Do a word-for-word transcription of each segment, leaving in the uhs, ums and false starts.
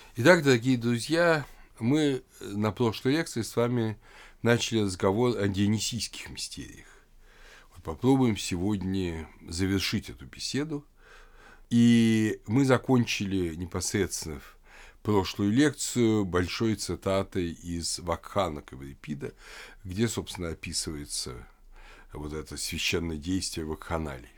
Итак, дорогие друзья, мы на прошлой лекции с вами начали разговор о дионисийских мистериях. Вот попробуем сегодня завершить эту беседу. И мы закончили непосредственно прошлую лекцию большой цитатой из Вакхана Каврипида, где, собственно, описывается вот это священное действие вакханалий.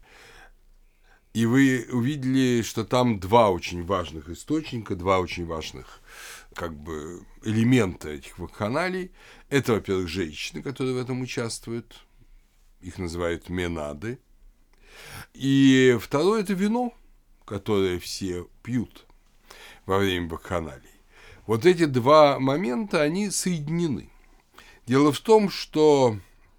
И вы увидели, что там два очень важных источника, два очень важных как бы элемента этих вакханалий. Это, во-первых, женщины, которые в этом участвуют. Их называют менады. И второе – это вино, которое все пьют во время вакханалий. Вот эти два момента, они соединены. Дело в том, что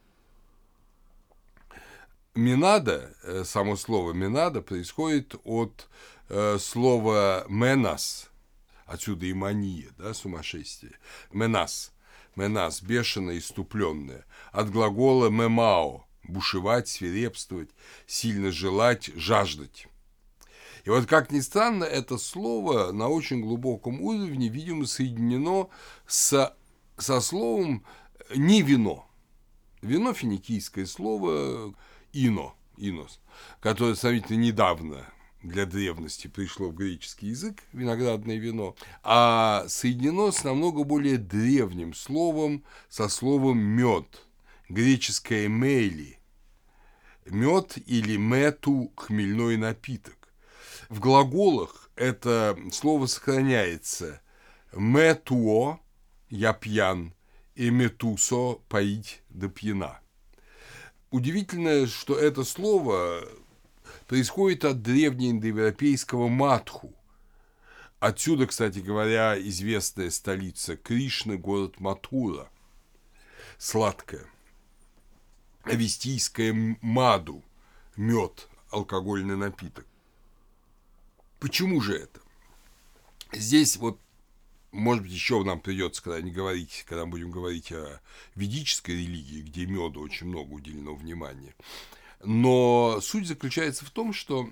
менада, само слово менада происходит от э, слова менас, отсюда и мания, да, сумасшествие. Менас, менас, бешеное, иступленное. От глагола мемао, бушевать, свирепствовать, сильно желать, жаждать. И вот, как ни странно, это слово на очень глубоком уровне, видимо, соединено с, со словом не вино. Вино – финикийское слово «ино», «инос», которое сравнительно недавно для древности пришло в греческий язык, виноградное вино, а соединено с намного более древним словом, со словом «мед», греческое «мели», мед или мету – хмельной напиток. В глаголах это слово сохраняется метуо – я пьян, и метусо – поить да пьяна. Удивительно, что это слово происходит от древнеиндоевропейского матху. Отсюда, кстати говоря, известная столица Кришны, город Матура, сладкая. Авестийское маду, мед, алкогольный напиток. Почему же это? Здесь вот, может быть, еще нам придется, когда не говорить, когда будем говорить о ведической религии, где меду очень много уделено внимания. Но суть заключается в том, что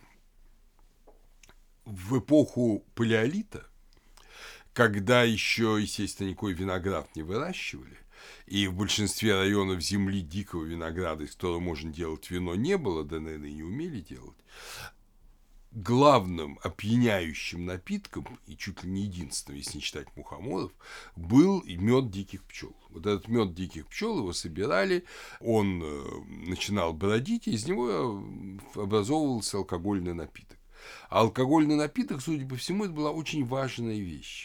в эпоху палеолита, когда еще, естественно, никакой виноград не выращивали, и в большинстве районов земли дикого винограда, из которого можно делать вино, не было, да, наверное, и не умели делать, главным опьяняющим напитком, и чуть ли не единственным, если не считать мухоморов, был мед диких пчел. Вот этот мед диких пчел его собирали, он начинал бродить, и из него образовывался алкогольный напиток. А алкогольный напиток, судя по всему, это была очень важная вещь.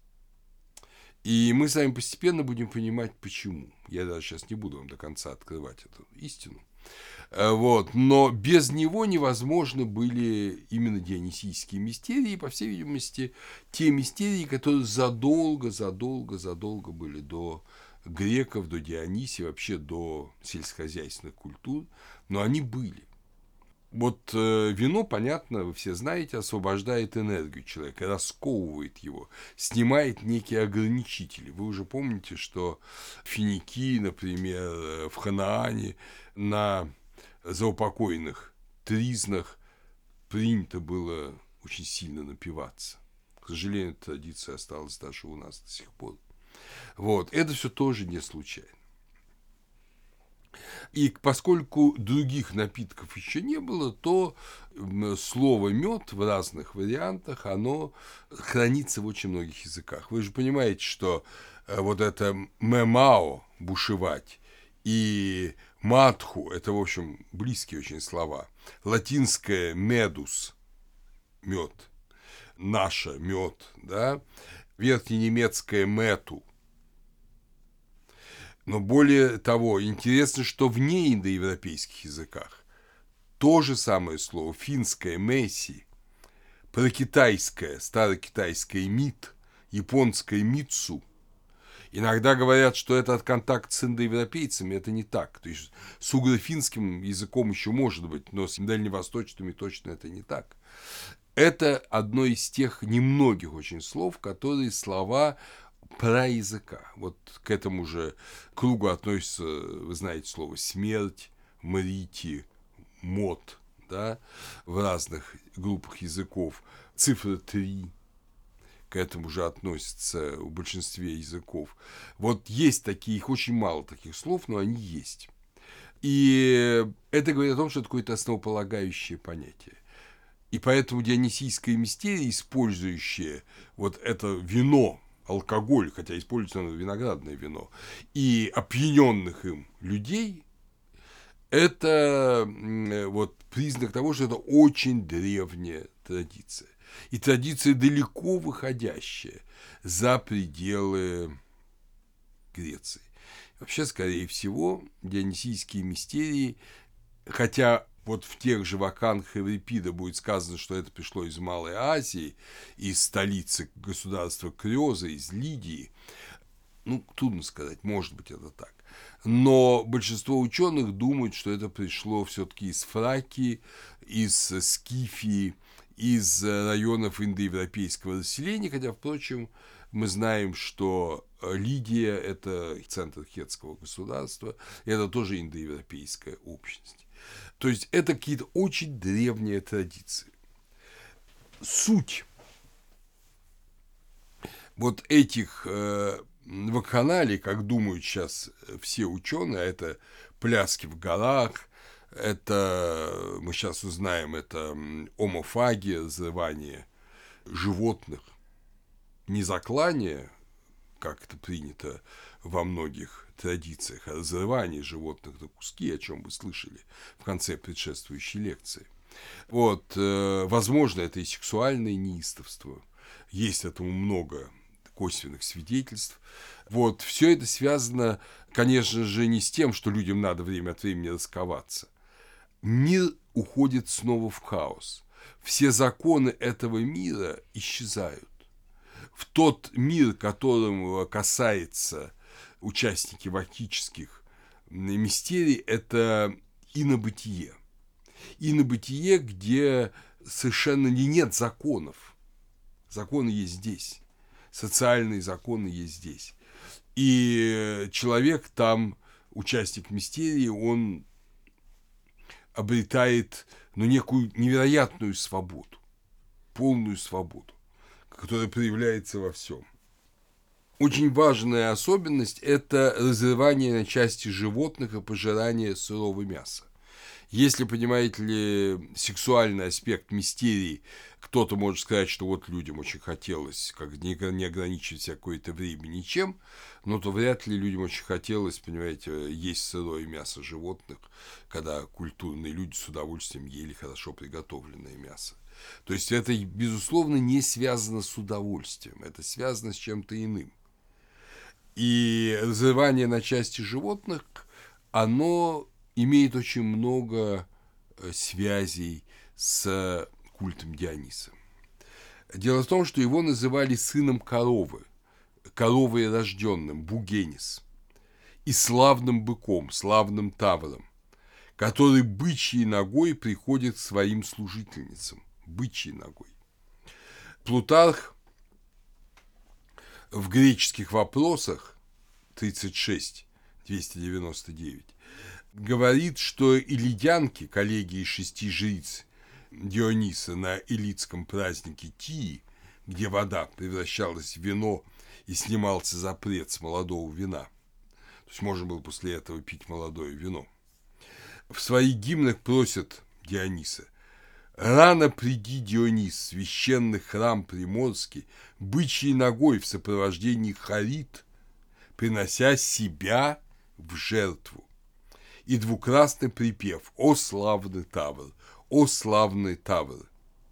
И мы с вами постепенно будем понимать, почему. Я даже сейчас не буду вам до конца открывать эту истину. Вот. Но без него невозможны были именно дионисийские мистерии, и, по всей видимости, те мистерии, которые задолго, задолго, задолго были до греков, до Дионисия, вообще до сельскохозяйственных культур, но они были. Вот э, вино, понятно, вы все знаете, освобождает энергию человека, расковывает его, снимает некие ограничители. Вы уже помните, что финики, например, в Ханаане на заупокойных тризнах принято было очень сильно напиваться. К сожалению, традиция осталась даже у нас до сих пор. Вот. Это все тоже не случайно. И поскольку других напитков еще не было, то слово «мед» в разных вариантах, оно хранится в очень многих языках. Вы же понимаете, что вот это «мемао» – бушевать, и «матху» – это, в общем, близкие очень слова. Латинское «медус» – мед, наша – мед, да? Верхненемецкое «мету». Но более того, интересно, что в неиндоевропейских языках то же самое слово, финское «месси», прокитайское, старокитайское «мит», японское «митсу». Иногда говорят, что это от контакта с индоевропейцами, это не так. То есть с угро-финским языком еще может быть, но с дальневосточными точно это не так. Это одно из тех немногих очень слов, которые слова праязыка. Вот к этому же кругу относится, вы знаете, слово «смерть», «мрити», «мот», да, в разных группах языков. Цифра три, к этому же относятся в большинстве языков. Вот есть такие, их очень мало таких слов, но они есть. И это говорит о том, что это какое-то основополагающее понятие. И поэтому дионисийская мистерия, использующая вот это вино, алкоголь, хотя используется оно виноградное вино, и опьяненных им людей, это вот признак того, что это очень древняя традиция. И традиция далеко выходящая за пределы Греции. Вообще, скорее всего, дионисийские мистерии, хотя вот в тех же ваканах Эврипида будет сказано, что это пришло из Малой Азии, из столицы государства Крёза, из Лидии, ну, трудно сказать, может быть, это так. Но большинство ученых думают, что это пришло все-таки из Фракии, из Скифии, из районов индоевропейского населения, хотя, впрочем, мы знаем, что Лидия – это центр хетского государства, и это тоже индоевропейская общность. То есть это какие-то очень древние традиции. Суть вот этих э, вакханалий, как думают сейчас все ученые, это пляски в горах, это, мы сейчас узнаем, это омофагия, разрывание животных, не заклание, как это принято во многих традициях, а разрывание животных на куски, о чем вы слышали в конце предшествующей лекции. Вот, э, возможно, это и сексуальное неистовство. Есть этому много косвенных свидетельств. Вот, все это связано, конечно же, не с тем, что людям надо время от времени расковаться. Мир уходит снова в хаос. Все законы этого мира исчезают. В тот мир, которым касается участники вакхических мистерий, это инобытие. Инобытие, где совершенно нет законов. Законы есть здесь. Социальные законы есть здесь. И человек там, участник мистерии, он обретает, ну, некую невероятную свободу, полную свободу, которая проявляется во всем. Очень важная особенность – это разрывание на части животных и пожирание сырого мяса. Если, понимаете ли, сексуальный аспект мистерии, кто-то может сказать, что вот людям очень хотелось как не, не ограничивать себя какое-то время ничем, но то вряд ли людям очень хотелось, понимаете, есть сырое мясо животных, когда культурные люди с удовольствием ели хорошо приготовленное мясо. То есть это, безусловно, не связано с удовольствием, это связано с чем-то иным. И разрывание на части животных, оно имеет очень много связей с культом Диониса. Дело в том, что его называли сыном коровы, коровой рожденным, Бугенис, и славным быком, славным тавром, который бычьей ногой приходит к своим служительницам, бычьей ногой. Плутарх в греческих вопросах тридцать шесть двести девяносто девять говорит, что илидянки, коллеги из шести жриц Диониса на элитском празднике Тии, где вода превращалась в вино и снимался запрет с молодого вина, то есть можно было после этого пить молодое вино, в своих гимнах просят Диониса: «Рано приди, Дионис, священный храм приморский, бычьей ногой в сопровождении Харит, принося себя в жертву». И двукрасный припев: «О славный тавр! О славный тавр!»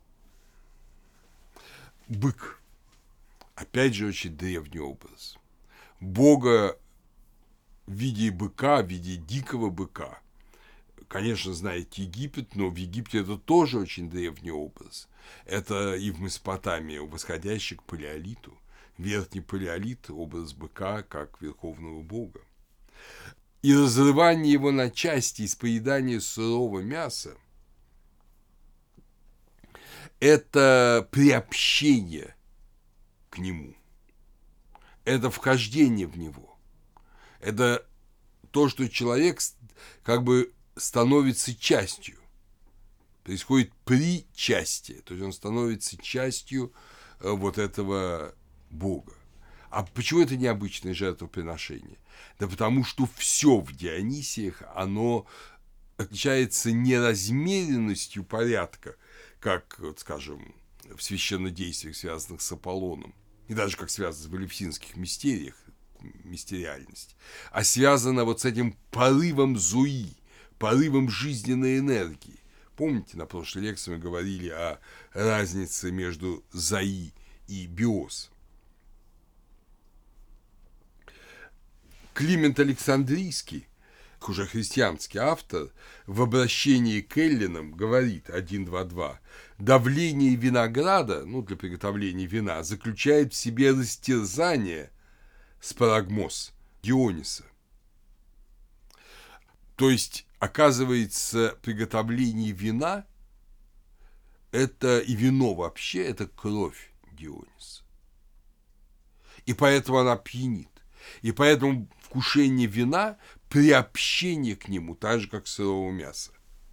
Бык. Опять же, очень древний образ. Бога в виде быка, в виде дикого быка. Конечно, знаете Египет, но в Египте это тоже очень древний образ. Это и в Месопотамии, восходящий к палеолиту. Верхний палеолит – образ быка как верховного бога. И разрывание его на части из поедания сырого мяса – это приобщение к нему, это вхождение в него, это то, что человек как бы становится частью, происходит причастие, то есть он становится частью вот этого Бога. А почему это необычное жертвоприношение? Да потому что все в Дионисиях, оно отличается не размеренностью порядка, как, вот, скажем, в священнодействиях, связанных с Аполлоном, и даже как связано в элевсинских мистериях, мистериальность, а связано вот с этим порывом зои, порывом жизненной энергии. Помните, на прошлой лекции мы говорили о разнице между зои и биос. Климент Александрийский, уже христианский автор, в обращении к эллинам говорит один два два: давление винограда, ну, для приготовления вина, заключает в себе растерзание, спарагмос, Диониса. То есть, оказывается, приготовление вина – это и вино вообще – это кровь Диониса. И поэтому она пьянит. И поэтому вкушение вина – приобщение к нему, так же, как сырого мяса.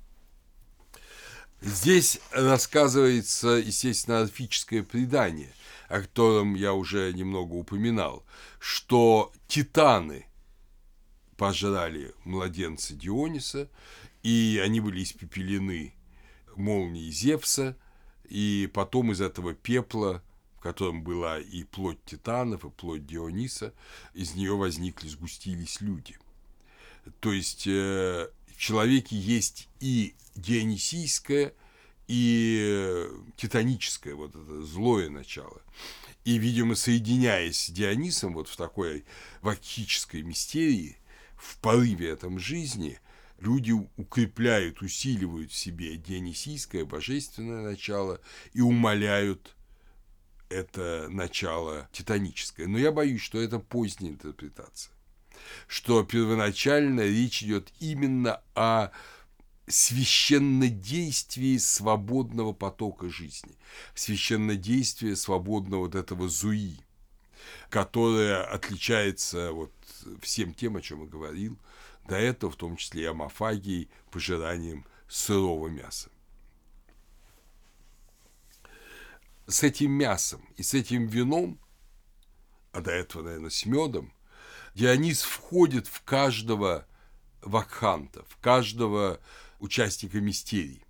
Здесь рассказывается, естественно, орфическое предание, о котором я уже немного упоминал, что титаны пожрали младенца Диониса, и они были испепелены молнией Зевса, и потом из этого пепла, в котором была и плоть титанов, и плоть Диониса, из нее возникли, сгустились люди. То есть э, в человеке есть и дионисийское, и титаническое, вот это злое начало. И, видимо, соединяясь с Дионисом вот в такой вакхической мистерии, в порыве этом жизни, люди укрепляют, усиливают в себе дионисийское божественное начало и умаляют это начало титаническое. Но я боюсь, что это поздняя интерпретация, что первоначально речь идет именно о священнодействии свободного потока жизни, священнодействии свободного вот этого зуи, которое отличается вот всем тем, о чем я говорил до этого, в том числе и амофагией, пожиранием сырого мяса. С этим мясом и с этим вином, а до этого, наверное, с медом, Дионис входит в каждого вакханта, в каждого участника мистерий.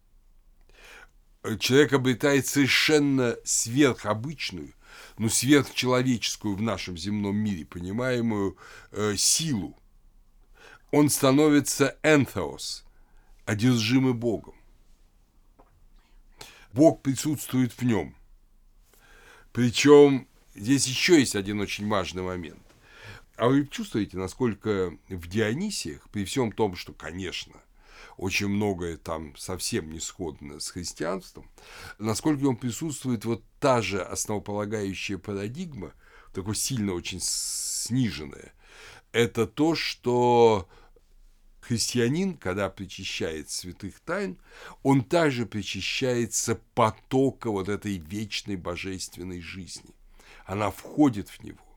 Человек обретает совершенно сверхобычную, ну, сверхчеловеческую в нашем земном мире понимаемую э, силу. Он становится энtheos, одержимый Богом. Бог присутствует в нем. Причем здесь еще есть один очень важный момент. А вы чувствуете, насколько в Дионисиях, при всем том, что, конечно, очень многое там совсем не сходно с христианством, насколько он присутствует вот та же основополагающая парадигма, такой сильно очень сниженная, это то, что христианин, когда причащает святых тайн, он также причащается потока вот этой вечной божественной жизни. Она входит в него.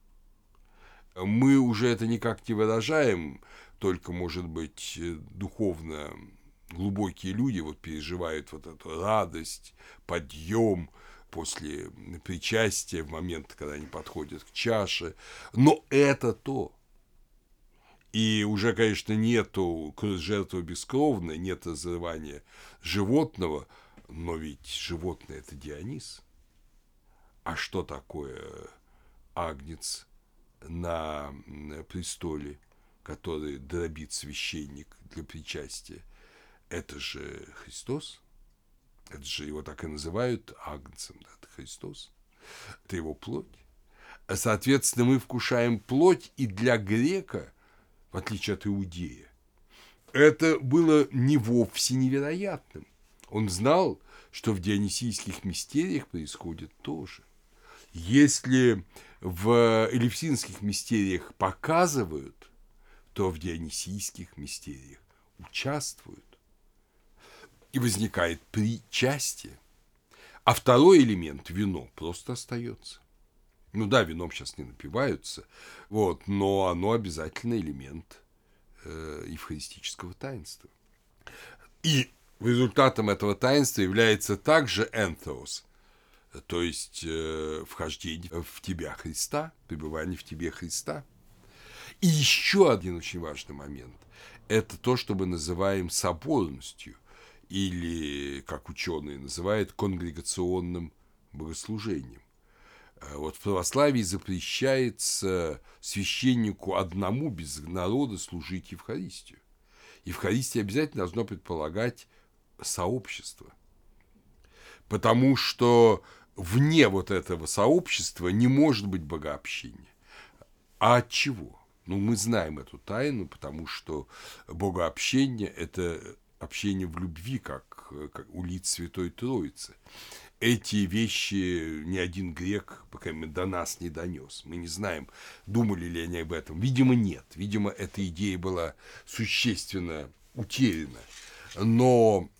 Мы уже это никак не выражаем, только, может быть, духовно глубокие люди вот переживают вот эту радость, подъем после причастия, в момент, когда они подходят к чаше. Но это то. И уже, конечно, нету жертвы бескровной, нет разрывания животного, но ведь животное – это Дионис. А что такое агнец на престоле, который дробит священник для причастия? Это же Христос. Это же его так и называют агнцем. Да? Это Христос. Это его плоть. Соответственно, мы вкушаем плоть, и для грека, в отличие от иудея, это было не вовсе невероятным. Он знал, что в дионисийских мистериях происходит то же. Если в элевсинских мистериях показывают, то в дионисийских мистериях участвуют. И возникает причастие. А второй элемент, вино, просто остается. Ну да, вином сейчас не напиваются, вот, но оно обязательно элемент э, евхаристического таинства. И результатом этого таинства является также энtheos, то есть э, вхождение в тебя Христа, пребывание в тебе Христа. И еще один очень важный момент – это то, что мы называем соборностью, или, как ученые называют, конгрегационным богослужением. Вот в православии запрещается священнику одному без народа служить Евхаристию. Евхаристия обязательно должно предполагать сообщество, потому что вне вот этого сообщества не может быть богообщения. А от чего? Ну, мы знаем эту тайну, потому что богообщение – это общение в любви, как, как у лиц Святой Троицы. Эти вещи ни один грек, по крайней мере, до нас не донес. Мы не знаем, думали ли они об этом. Видимо, нет. Видимо, эта идея была существенно утеряна. Но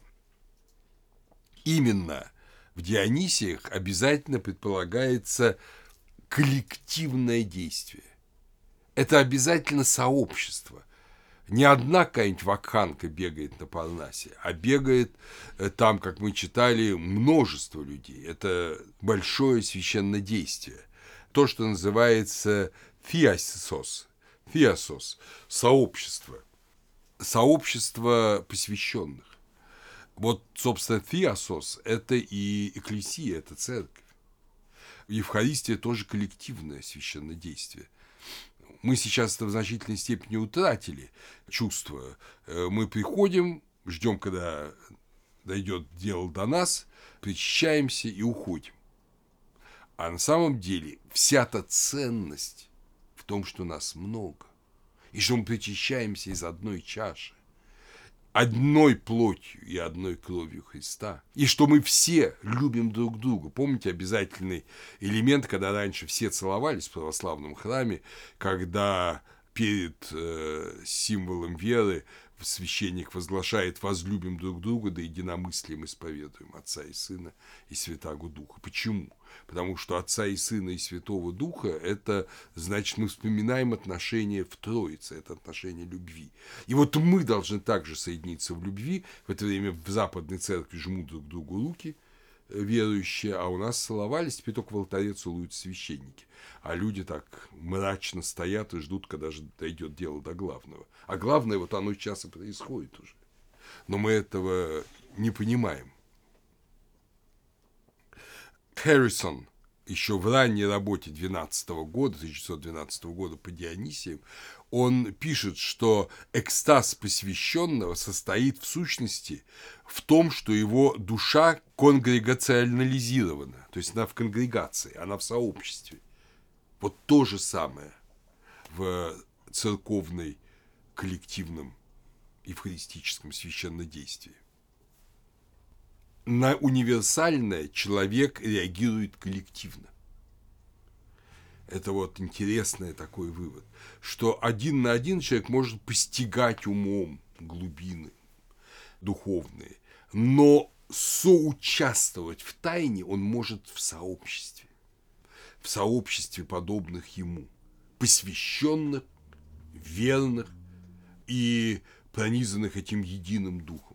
именно в Дионисиях обязательно предполагается коллективное действие. Это обязательно сообщество. Не одна какая-нибудь вакханка бегает на Парнасе, а бегает там, как мы читали, множество людей. Это большое священное действие. То, что называется фиасос, фиасос, сообщество, сообщество посвященных. Вот, собственно, фиасос – это и экклесия, это церковь. Евхаристия тоже коллективное священное действие. Мы сейчас это в значительной степени утратили чувство. Мы приходим, ждем, когда дойдет дело до нас, причащаемся и уходим. А на самом деле вся-то ценность в том, что нас много, и что мы причащаемся из одной чаши, одной плотью и одной кровью Христа, и что мы все любим друг друга. Помните обязательный элемент, когда раньше все целовались в православном храме, когда перед э, символом веры священник возглашает: возлюбим друг друга, да единомыслием исповедуем Отца и Сына и Святаго Духа. Почему? Потому что Отца и Сына и Святого Духа – это значит, мы вспоминаем отношения в Троице, это отношения любви. И вот мы должны также соединиться в любви. В это время в Западной Церкви жмут друг другу руки верующие, а у нас целовались, теперь только в алтаре целуются священники. А люди так мрачно стоят и ждут, когда же дойдет дело до главного. А главное, вот оно сейчас и происходит уже. Но мы этого не понимаем. Харрисон еще в ранней работе двенадцатого года, тысяча девятьсот двенадцатого года по Дионисиям, он пишет, что экстаз посвященного состоит в сущности в том, что его душа конгрегационализирована, то есть она в конгрегации, она в сообществе. Вот то же самое в церковной коллективном евхаристическом священнодействии. На универсальное человек реагирует коллективно. Это вот интересный такой вывод, что один на один человек может постигать умом глубины духовные, но соучаствовать в тайне он может в сообществе, в сообществе подобных ему, посвященных, верных и пронизанных этим единым духом.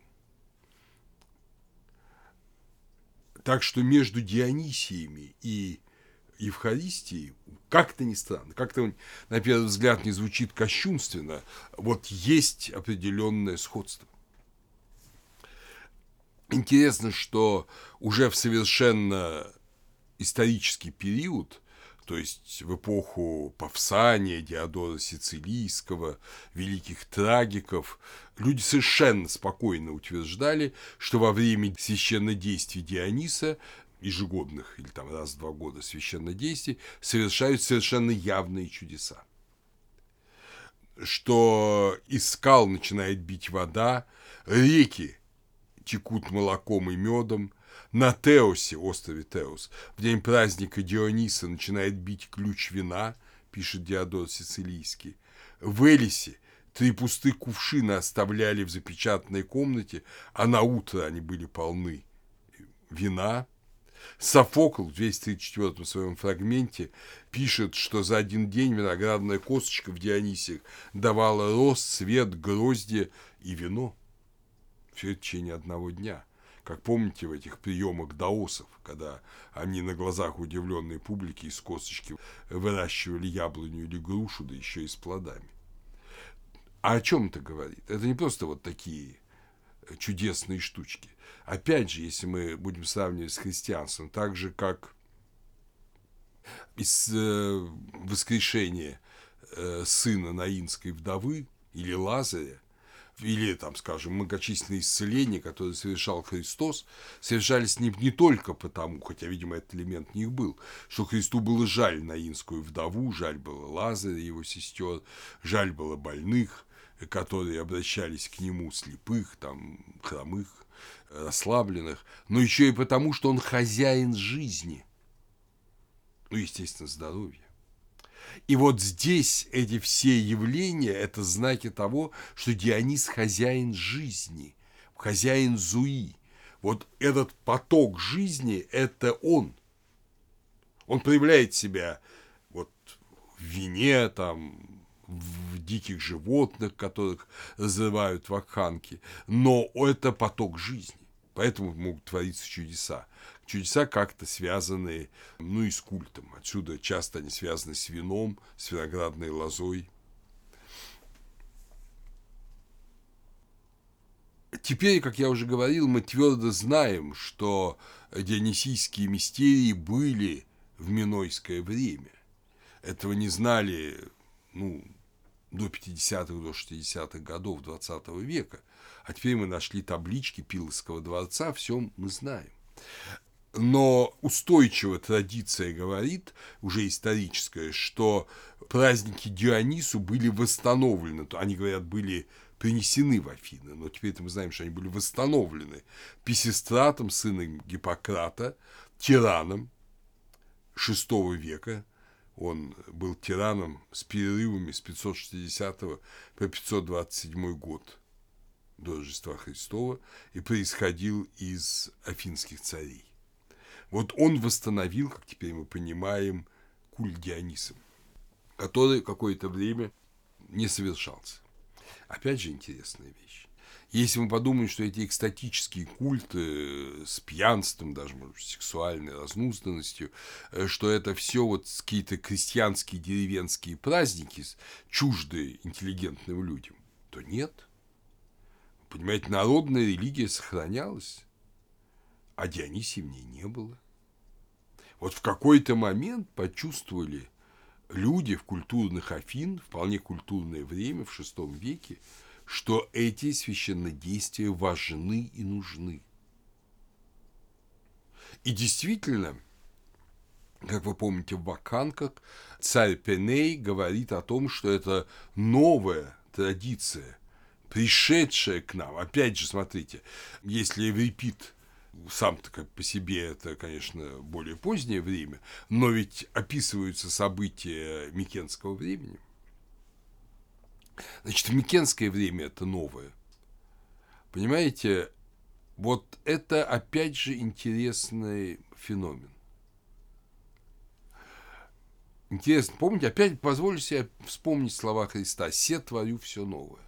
Так что между Дионисиями и Евхаристией, как-то ни странно, как-то на первый взгляд не звучит кощунственно, вот есть определенное сходство. Интересно, что уже в совершенно исторический период, то есть в эпоху Павсания, Диодора Сицилийского, великих трагиков, люди совершенно спокойно утверждали, что во время священнодействий Диониса, ежегодных или там раз в два года священнодействий, совершают совершенно явные чудеса. Что из скал начинает бить вода, реки текут молоком и медом, на Теосе, острове Теос, в день праздника Диониса начинает бить ключ вина, пишет Диодор Сицилийский. В Элисе три пустых кувшина оставляли в запечатанной комнате, а на утро они были полны вина. Софокл в двести тридцать четвёртом своем фрагменте пишет, что за один день виноградная косточка в Дионисиях давала рост, цвет, гроздья и вино. Все это в течение одного дня. Как помните в этих приемах даосов, когда они на глазах удивленной публики из косточки выращивали яблоню или грушу, да еще и с плодами. А о чем это говорит? Это не просто вот такие чудесные штучки. Опять же, если мы будем сравнивать с христианством, так же, как из э, воскрешения э, сына наинской вдовы или Лазаря, или, там, скажем, многочисленные исцеления, которые совершал Христос, совершались не, не только потому, хотя, видимо, этот элемент в них был, что Христу было жаль наинскую вдову, жаль было Лазаря, его сестер, жаль было больных, которые обращались к нему, слепых, там, хромых, расслабленных, но еще и потому, что он хозяин жизни, ну, естественно, здоровья. И вот здесь эти все явления – это знаки того, что Дионис – хозяин жизни, хозяин зуи. Вот этот поток жизни – это он. Он проявляет себя вот в вине, там, в диких животных, которых разрывают вакханки, но это поток жизни. Поэтому могут твориться чудеса. Чудеса как-то связаны, ну, и с культом. Отсюда часто они связаны с вином, с виноградной лозой. Теперь, как я уже говорил, мы твердо знаем, что дионисийские мистерии были в минойское время. Этого не знали, ну, до пятидесятых, до шестидесятых годов двадцатого века. А теперь мы нашли таблички Пилосского дворца, все мы знаем. Но устойчивая традиция говорит, уже историческая, что праздники Дионису были восстановлены. Они, говорят, были принесены в Афины, но теперь мы знаем, что они были восстановлены Писистратом, сыном Гиппократа, тираном шестого века. Он был тираном с перерывами с пятьсот шестидесятого по пятьсот двадцать седьмой год до Рождества Христова и происходил из афинских царей. Вот он восстановил, как теперь мы понимаем, культ Диониса, который какое-то время не совершался. Опять же интересная вещь. Если мы подумаем, что эти экстатические культы с пьянством, даже, может быть, сексуальной разнузданностью, что это все вот какие-то крестьянские деревенские праздники, чуждые интеллигентным людям, то нет. Понимаете, народная религия сохранялась, а Дионисия в ней не было. Вот в какой-то момент почувствовали люди в культурных Афин, вполне культурное время, в шестом веке, что эти священнодействия важны и нужны. И действительно, как вы помните, в вакханках царь Пеней говорит о том, что это новая традиция, пришедшая к нам. Опять же, смотрите, если Еврипид сам-то как по себе это, конечно, более позднее время, но ведь описываются события Микенского времени. Значит, Микенское время – это новое. Понимаете, вот это, опять же, интересный феномен. Интересно, помните, опять позволю себе вспомнить слова Христа: «Се творю все новое».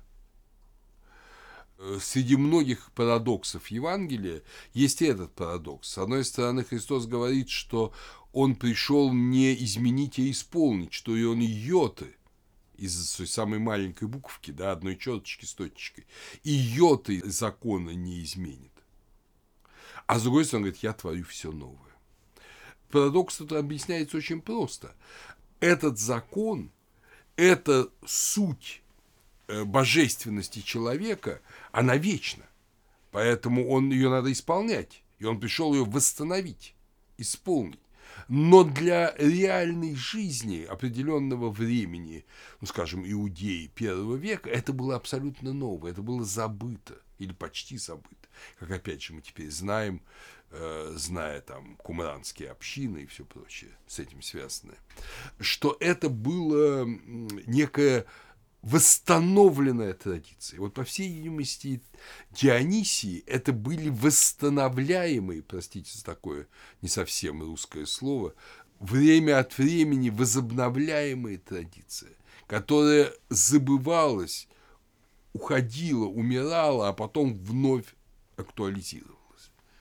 Среди многих парадоксов Евангелия есть и этот парадокс. С одной стороны, Христос говорит, что Он пришел не изменить, а исполнить, что и Он йоты из той самой маленькой буковки, да, одной черточки с точечкой, и йоты закона не изменит. А с другой стороны, он говорит: я творю все новое. Парадокс это объясняется очень просто. Этот закон – это суть божественности человека, она вечна. Поэтому он, ее надо исполнять. И он пришел ее восстановить, исполнить. Но для реальной жизни определенного времени, ну, скажем, Иудеи первого века, это было абсолютно новое, это было забыто или почти забыто. Как, опять же, мы теперь знаем, э, зная там кумранские общины и все прочее, с этим связанное, что это было некое восстановленная традиция. Вот, по всей видимости, Дионисии это были восстановляемые, простите за такое не совсем русское слово, время от времени возобновляемые традиции, которая забывалась, уходила, умирала, а потом вновь актуализировалась.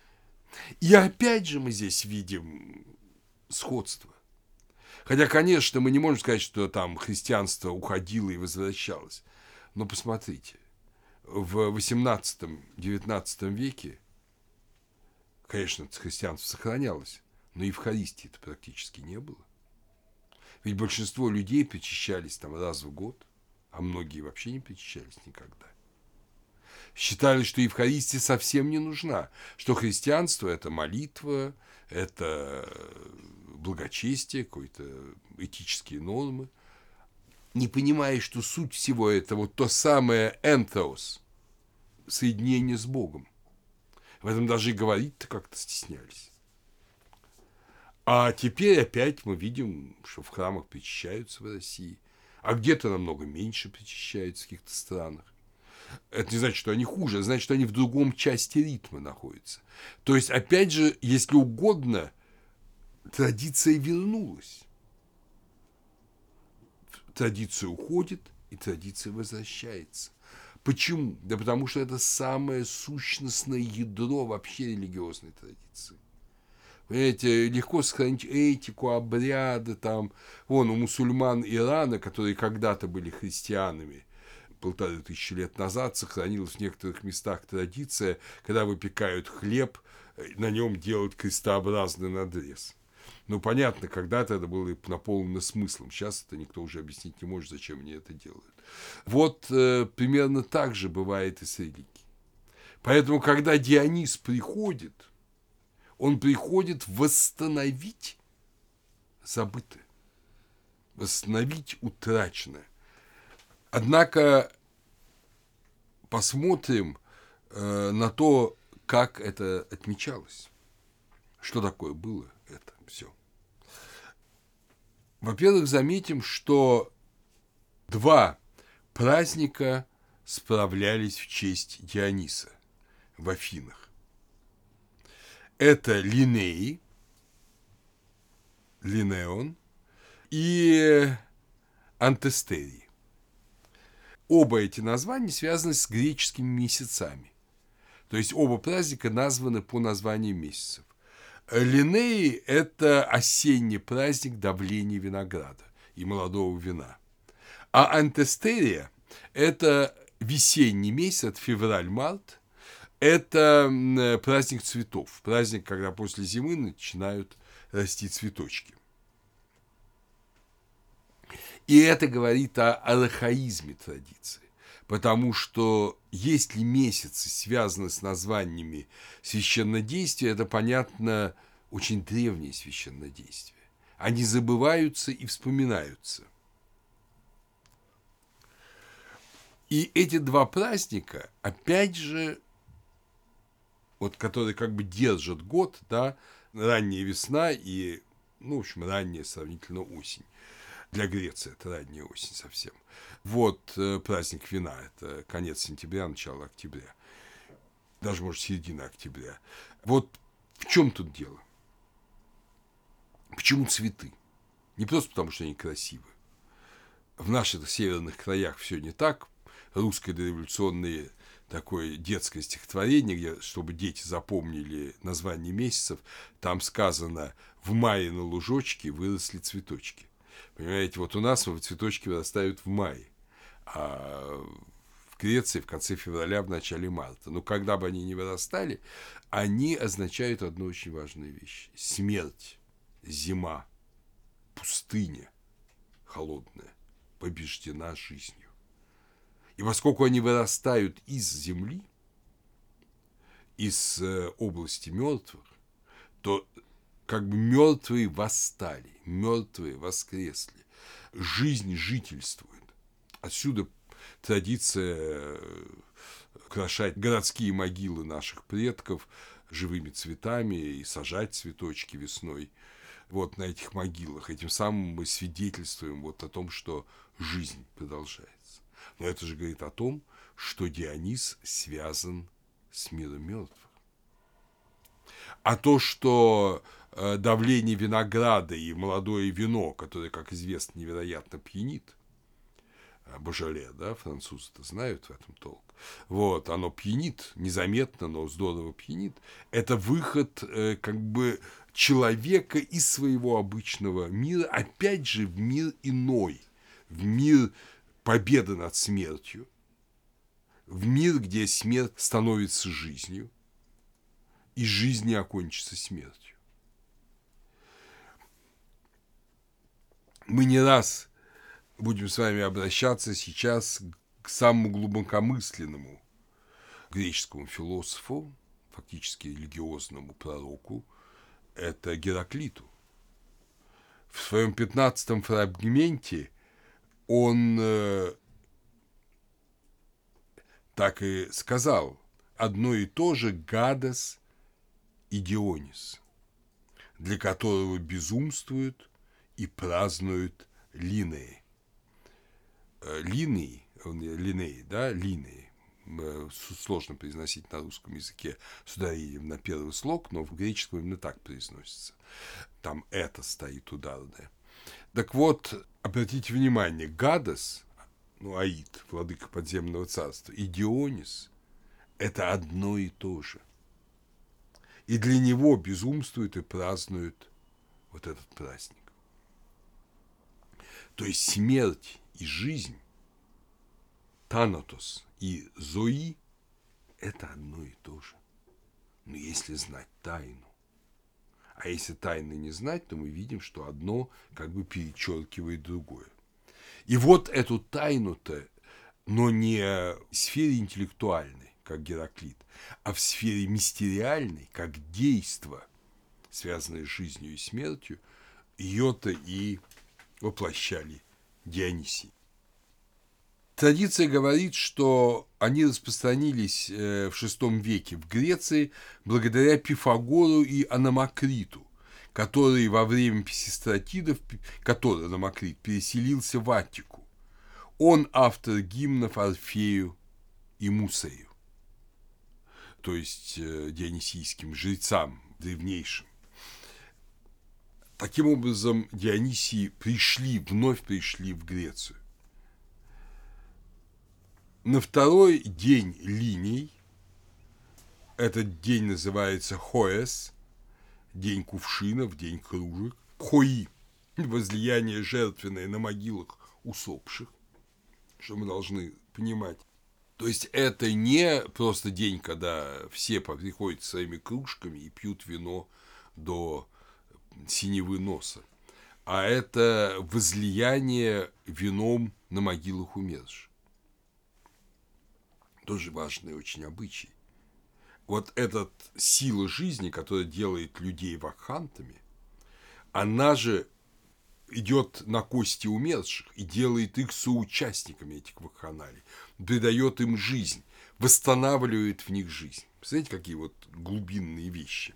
И опять же мы здесь видим сходство. Хотя, конечно, мы не можем сказать, что там христианство уходило и возвращалось. Но посмотрите, в восемнадцатом-девятнадцатом веке, конечно, христианство сохранялось, но Евхаристии-то практически не было. Ведь большинство людей причащались там раз в год, а многие вообще не причащались никогда. Считали, что Евхаристия совсем не нужна, что христианство – это молитва, это благочестие, какие-то этические нормы, не понимая, что суть всего этого вот то самое энтеос, соединение с Богом. В этом даже и говорить-то как-то стеснялись. А теперь опять мы видим, что в храмах причащаются в России, а где-то намного меньше причащаются в каких-то странах. Это не значит, что они хуже, это значит, что они в другом части ритма находятся. То есть, опять же, если угодно, традиция вернулась. Традиция уходит, и традиция возвращается. Почему? Да потому что это самое сущностное ядро вообще религиозной традиции. Понимаете, легко сохранить этику, обряды там. Вон у мусульман Ирана, которые когда-то были христианами, полторы тысячи лет назад сохранилась в некоторых местах традиция, когда выпекают хлеб, на нем делают крестообразный надрез. Ну, понятно, когда-то это было наполнено смыслом. Сейчас это никто уже объяснить не может, зачем они это делают. Вот э, примерно так же бывает и с религией. Поэтому, когда Дионис приходит, он приходит восстановить забытое, восстановить утраченное. Однако посмотрим э, на то, как это отмечалось. Что такое было это все. Во-первых, заметим, что два праздника справлялись в честь Диониса в Афинах. Это Линей, Линеон и Антестерий. Оба эти названия связаны с греческими месяцами. То есть оба праздника названы по названиям месяцев. Линей – это осенний праздник давления винограда и молодого вина. А Антестерия – это весенний месяц, это февраль-март. Это праздник цветов, праздник, когда после зимы начинают расти цветочки. И это говорит о архаизме традиции, потому что если месяцы связаны с названиями священнодействия, это, понятно, очень древние священнодействия. Они забываются и вспоминаются. И эти два праздника, опять же, вот, которые как бы держат год, да, ранняя весна и, ну, в общем, ранняя сравнительно осень. Для Греции это ранняя осень совсем. Вот э, праздник вина, это конец сентября, начало октября. Даже, может, середина октября. Вот в чем тут дело? Почему цветы? Не просто потому, что они красивы. В наших северных краях все не так. Русское дореволюционное такое детское стихотворение, где, чтобы дети запомнили название месяцев, там сказано: «В мае на лужочке выросли цветочки». Понимаете, вот у нас цветочки вырастают в мае, а в Греции в конце февраля, в начале марта. Но когда бы они ни вырастали, они означают одну очень важную вещь. Смерть, зима, пустыня холодная побеждена жизнью. И поскольку они вырастают из земли, из области мертвых, то как бы мертвые восстали, мертвые воскресли. Жизнь жительствует. Отсюда традиция украшать городские могилы наших предков живыми цветами и сажать цветочки весной вот на этих могилах. Этим самым мы свидетельствуем вот о том, что жизнь продолжается. Но это же говорит о том, что Дионис связан с миром мертвых. А то, что давление винограда и молодое вино, которое, как известно, невероятно пьянит, Божоле, да, французы-то знают в этом толк. Вот, оно пьянит, незаметно, но здорово пьянит. Это выход э, как бы человека из своего обычного мира, опять же, в мир иной, в мир победы над смертью, в мир, где смерть становится жизнью, и жизнь не окончится смертью. Мы не раз будем с вами обращаться сейчас к самому глубокомысленному греческому философу, фактически религиозному пророку, это Гераклиту. В своем пятнадцатом фрагменте он э, так и сказал: одно и то же Гадос и Дионис, для которого безумствуют и празднуют Линеи. Линии, линеи, да, линии, сложно произносить на русском языке с ударением на первый слог, но в греческом именно так произносится. Там это стоит ударное. Так вот, обратите внимание, Гадос, ну, Аид, владыка подземного царства, и Дионис – это одно и то же. И для него безумствуют и празднуют вот этот праздник. То есть смерть и жизнь, Танатос и Зои – это одно и то же. Но если знать тайну. А если тайны не знать, то мы видим, что одно как бы перечеркивает другое. И вот эту тайну-то, но не в сфере интеллектуальной, как Гераклит, а в сфере мистериальной, как действо, связанное с жизнью и смертью, ее-то и воплощали Дионисий. Традиция говорит, что они распространились в шестом веке в Греции благодаря Пифагору и Анамакриту, который во время Писистратидов, который Анамакрит, переселился в Аттику. Он автор гимнов Орфею и Мусею, то есть дионисийским жрецам древнейшим. Таким образом, Дионисии пришли, вновь пришли в Грецию. На второй день линий, этот день называется Хоэс, день кувшинов, день кружек, Хои, возлияние жертвенное на могилах усопших, что мы должны понимать. То есть это не просто день, когда все приходят с своими кружками и пьют вино до синевы носа, а это возлияние вином на могилах умерших. Тоже важный очень обычай. Вот эта сила жизни, которая делает людей вакхантами, она же идет на кости умерших и делает их соучастниками этих вакханалий, придает им жизнь, восстанавливает в них жизнь. Представляете, какие вот глубинные вещи.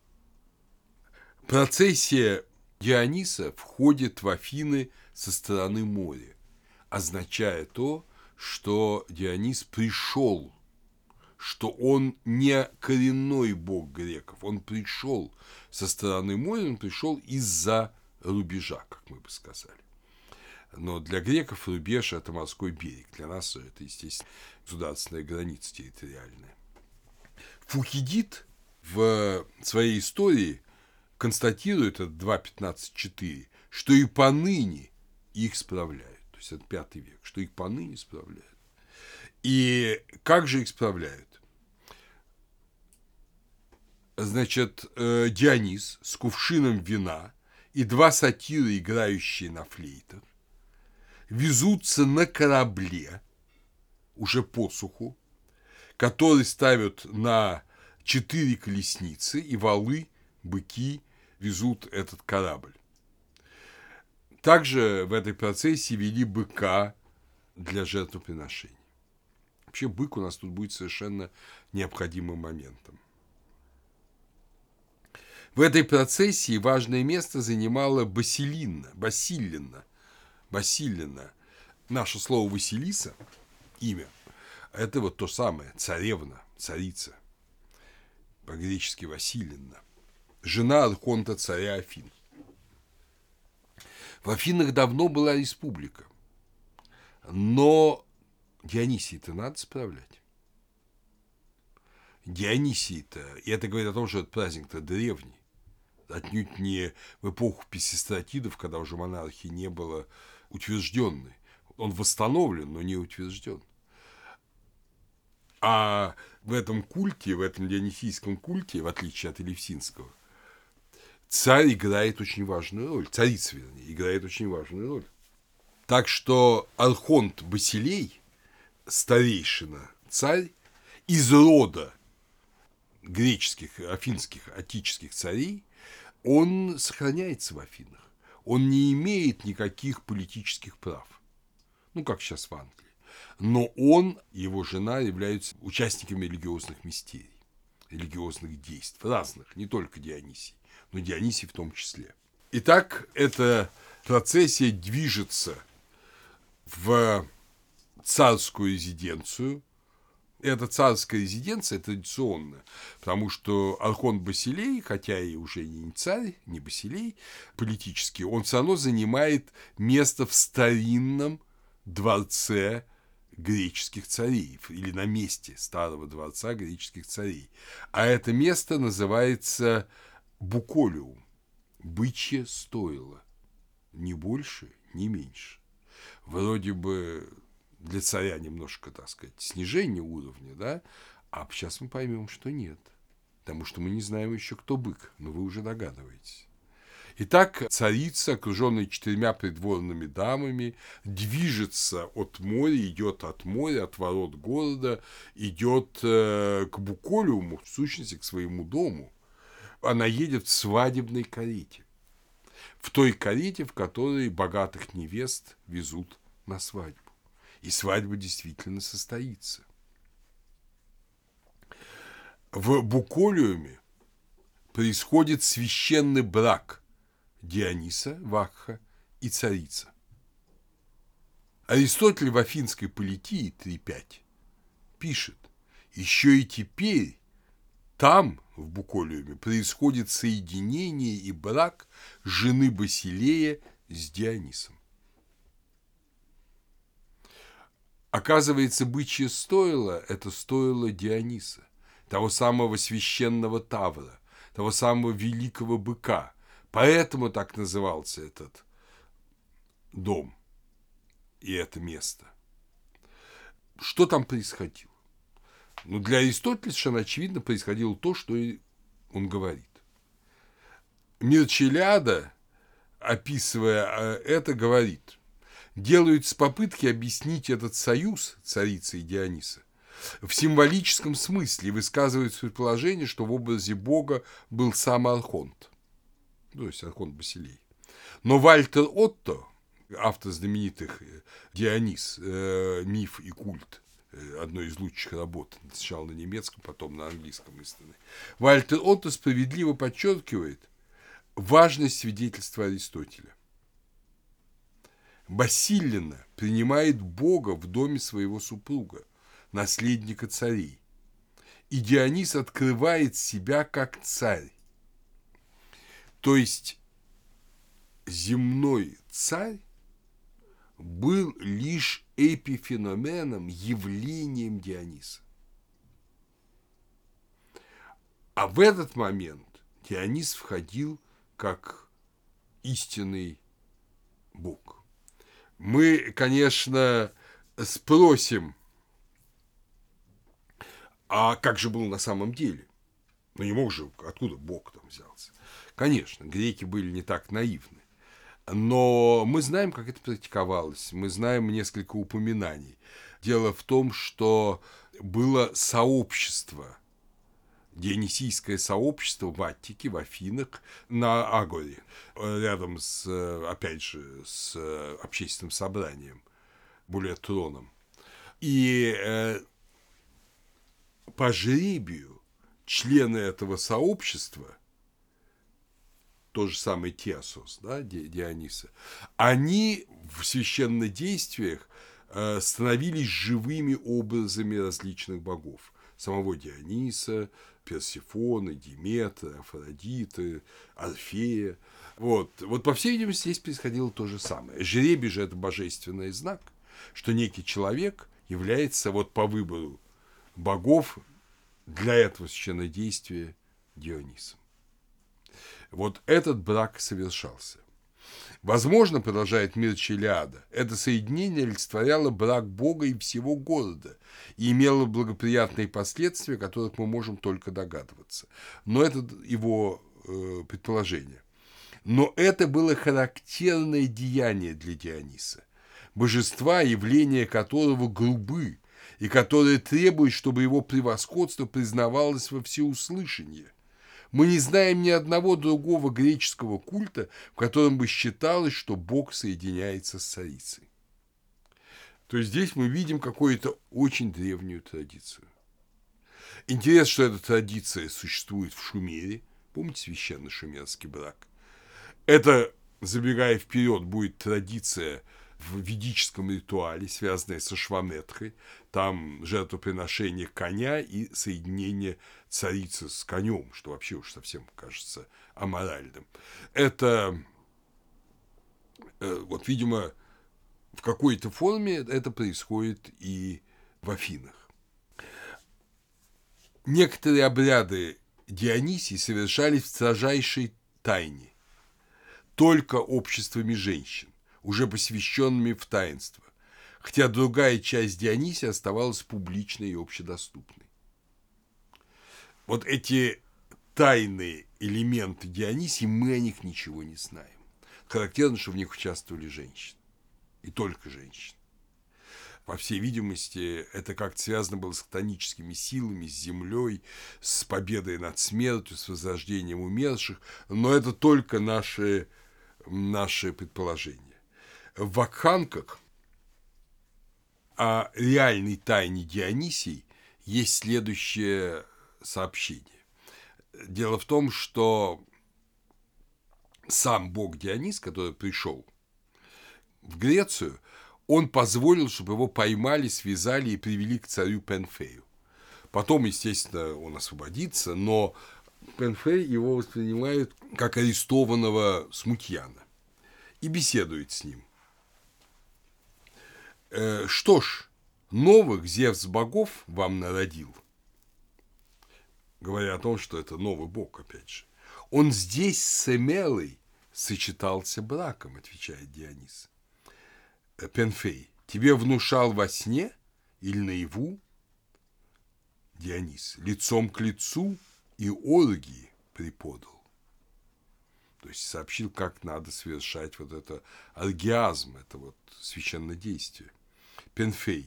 Процессия Диониса входит в Афины со стороны моря, означая то, что Дионис пришел, что он не коренной бог греков, он пришел со стороны моря, он пришел из-за рубежа, как мы бы сказали. Но для греков рубеж – это морской берег, для нас это, естественно, государственная граница территориальная. Фукидид в своей истории констатирует, это два пятнадцать четыре, что и поныне их справляют. То есть это пятый век, что их поныне справляют. И как же их справляют? Значит, Дионис с кувшином вина и два сатира, играющие на флейтах, везутся на корабле, уже по суху, который ставят на четыре колесницы, и валы, быки везут этот корабль. Также в этой процессии вели быка для жертвоприношений. Вообще бык у нас тут будет совершенно необходимым моментом. В этой процессии важное место занимала Басилинна, Басиллина, Басиллина. Наше слово Василиса, имя, это вот то самое, царевна, царица, по-гречески Василинна, жена архонта царя Афин. В Афинах давно была республика. Но Дионисий-то надо справлять. Дионисий-то, и это говорит о том, что этот праздник-то древний, отнюдь не в эпоху писистратидов, когда уже монархии не было утвержденной. Он восстановлен, но не утвержден. А в этом культе, в этом дионисийском культе, в отличие от элевсинского, царь играет очень важную роль. Царица, вернее, играет очень важную роль. Так что архонт Басилей, старейшина, царь, из рода греческих, афинских, атических царей, он сохраняется в Афинах. Он не имеет никаких политических прав. Ну, как сейчас в Англии. Но он и его жена являются участниками религиозных мистерий, религиозных действий, разных, не только Дионисий, но Дионисий в том числе. Итак, эта процессия движется в царскую резиденцию. Эта царская резиденция традиционная, потому что архонт Басилей, хотя и уже не царь, не Басилей политический, он все равно занимает место в старинном дворце греческих царей или на месте старого дворца греческих царей. А это место называется Буколиум, бычье стойло, ни больше, ни меньше. Вроде бы для царя немножко, так сказать, снижение уровня, да, а сейчас мы поймем, что нет, потому что мы не знаем еще, кто бык, но вы уже догадываетесь. Итак, царица, окруженная четырьмя придворными дамами, движется от моря, идет от моря, от ворот города, идет э, к Буколиуму, в сущности, к своему дому. Она едет в свадебной карете, в той карете, в которой богатых невест везут на свадьбу. И свадьба действительно состоится. В Буколиуме происходит священный брак Диониса, Вакха и царицы. Аристотель в Афинской Политии три пять пишет: еще и теперь там, в Буколиуме, происходит соединение и брак жены Басилея с Дионисом. Оказывается, бычье стойло – это стойло Диониса, того самого священного Тавра, того самого великого быка. Поэтому так назывался этот дом и это место. Что там происходило? Ну, для Аристотеля совершенно очевидно происходило то, что и он говорит. Мирчелиада, описывая это, говорит: делаются попытки объяснить этот союз царицы и Диониса в символическом смысле и высказывают предположение, что в образе Бога был сам архонт, то есть архонт Басилей. Но Вальтер Отто, автор знаменитых «Дионис. Миф и культ», одной из лучших работ, сначала на немецком, потом на английском изданной, Вальтер Отто справедливо подчеркивает важность свидетельства Аристотеля. Басиллина принимает Бога в доме своего супруга, наследника царей, и Дионис открывает себя как царь. То есть земной царь был лишь эпифеноменом, явлением Диониса. А в этот момент Дионис входил как истинный Бог. Мы, конечно, спросим, а как же было на самом деле? Ну, не мог же, откуда Бог там взялся? Конечно, греки были не так наивны. Но мы знаем, как это практиковалось, мы знаем несколько упоминаний. Дело в том, что было сообщество, дионисийское сообщество в Аттике, в Афинах, на Агоре, рядом с, опять же, с общественным собранием, более троном. И э, по жребию члены этого сообщества, то же самое Теосос, да, Диониса, они в священнодействиях э, становились живыми образами различных богов. Самого Диониса, Персефоны, Диметра, Афродиты, Орфея. Вот. вот, по всей видимости, здесь происходило то же самое. Жребий же – это божественный знак. что некий человек является вот по выбору богов для этого священнодействия Дионисом. Вот этот брак совершался. Возможно, продолжает Мирча Илиада, это соединение олицетворяло брак Бога и всего города и имело благоприятные последствия, о которых мы можем только догадываться. Но это его э, предположение. Но это было характерное деяние для Диониса, божества, явления которого грубы, и которое требует, чтобы его превосходство признавалось во всеуслышание. Мы не знаем ни одного другого греческого культа, в котором бы считалось, что Бог соединяется с царицей. То есть здесь мы видим какую-то очень древнюю традицию. Интересно, что эта традиция существует в Шумере. Помните священный шумерский брак? Это, забегая вперед, будет традиция в ведическом ритуале, связанная со Шваметхой. Там жертвоприношение коня и соединение царицы с конем, что вообще уж совсем кажется аморальным. Это, вот, видимо, в какой-то форме это происходит и в Афинах. Некоторые обряды Дионисии совершались в строжайшей тайне, только обществами женщин, уже посвященными в таинство, хотя другая часть Дионисия оставалась публичной и общедоступной. Вот эти тайные элементы Дионисии, мы о них ничего не знаем. Характерно, что в них участвовали женщины, и только женщины. По всей видимости, это как-то связано было с хтоническими силами, с землей, с победой над смертью, с возрождением умерших, но это только наши, наши предположения. В Вакханках о реальной тайне Дионисии есть следующее сообщение. Дело в том, что сам бог Дионис, который пришел в Грецию, он позволил, чтобы его поймали, связали и привели к царю Пенфею. Потом, естественно, он освободится, но Пенфей его воспринимает как арестованного смутьяна и беседует с ним. Э, что ж, новых Зевс-богов вам народил, говоря о том, что это новый бог, опять же. Он здесь с Эмелой сочетался браком, отвечает Дионис. Пенфей, тебе внушал во сне или наяву? Дионис, лицом к лицу и оргии преподал. То есть сообщил, как надо совершать вот это оргиазм, это вот священнодействие. Пенфей,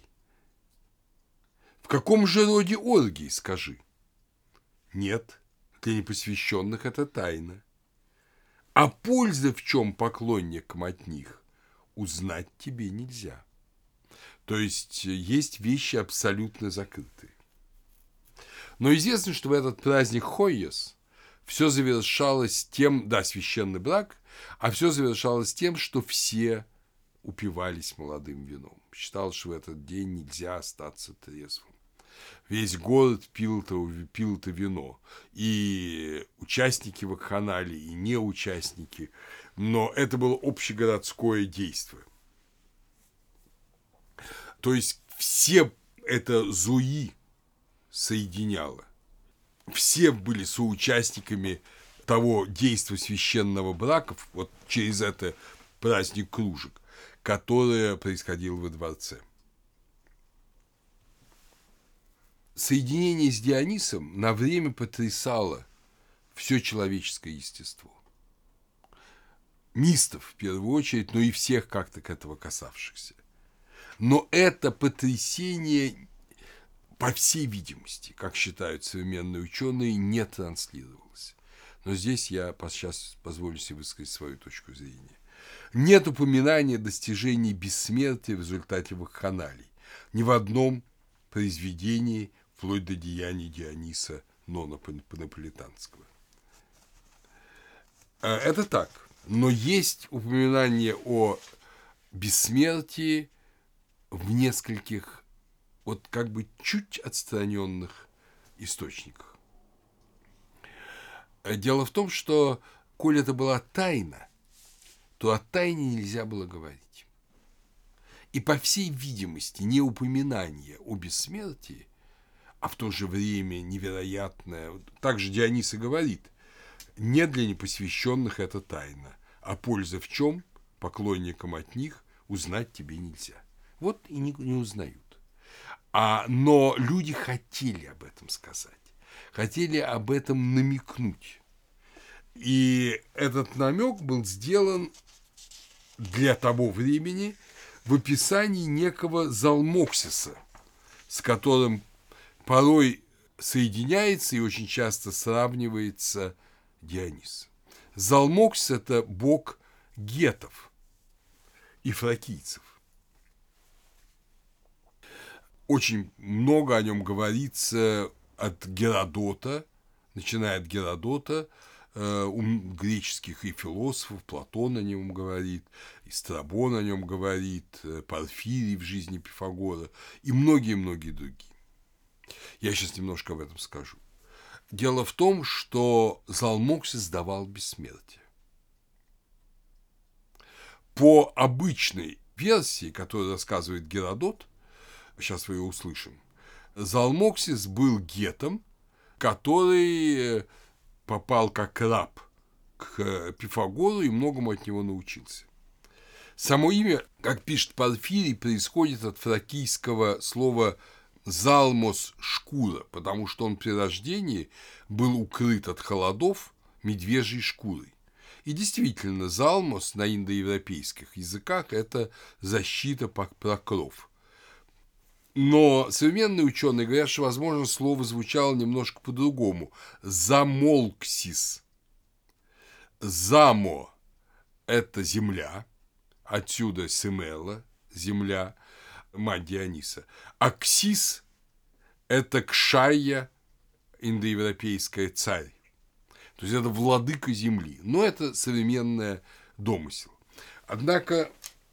в каком же роде оргии, скажи? Нет, для непосвященных это тайна. А польза в чем поклонникам от них узнать тебе нельзя. То есть есть вещи абсолютно закрытые. Но известно, что в этот праздник Хойес все завершалось тем, да, священный брак, а все завершалось тем, что все упивались молодым вином. Считалось, что в этот день нельзя остаться трезвым. Весь город пил-то, пил-то вино. И участники вакханалии, и неучастники. Но это было общегородское действие. То есть все это зуи соединяло. Все были соучастниками того действия священного брака, вот через это праздник кружек, которое происходило во дворце. Соединение с Дионисом на время потрясало все человеческое естество. Мистов, в первую очередь, но и всех как-то к этого касавшихся. Но это потрясение, по всей видимости, как считают современные ученые, не транслировалось. Но здесь я сейчас позволю себе высказать свою точку зрения. Нет упоминания достижений бессмертия в результате вакханалий. Ни в одном произведении, вплоть до деяний Диониса Нона Наполитанского. Это так. Но есть упоминание о бессмертии в нескольких, вот как бы чуть отстраненных источниках. Дело в том, что, коль это была тайна, то о тайне нельзя было говорить. И, по всей видимости, не упоминание о бессмертии, а в то же время невероятное, также Дионис и говорит, не для непосвященных это тайна, а польза в чем, поклонникам от них, узнать тебе нельзя. Вот и не, не узнают. А, но люди хотели об этом сказать, хотели об этом намекнуть. И этот намек был сделан для того времени в описании некого Залмоксиса, с которым порой соединяется и очень часто сравнивается Дионис. Залмоксис – это бог гетов и фракийцев. Очень много о нем говорится от Геродота, начиная от Геродота, э, у греческих и философов, Платон о нем говорит, и Страбон о нем говорит, Порфирий в жизни Пифагора и многие-многие другие. Я сейчас немножко об этом скажу. Дело в том, что Залмоксис давал бессмертие. По обычной версии, которую рассказывает Геродот, сейчас вы ее услышим, Залмоксис был гетом, который попал как раб к Пифагору и многому от него научился. Само имя, как пишет Порфирий, происходит от фракийского слова «залмос» – шкура, потому что он при рождении был укрыт от холодов медвежьей шкурой. И действительно, залмос на индоевропейских языках – это защита, покров. Но современные ученые говорят, что, возможно, слово звучало немножко по-другому. Замолксис. Замо – это земля, отсюда Семела – земля, мать Диониса. А ксис – это кшайя, индоевропейская царь. То есть это владыка земли. Но это современный домысел. Однако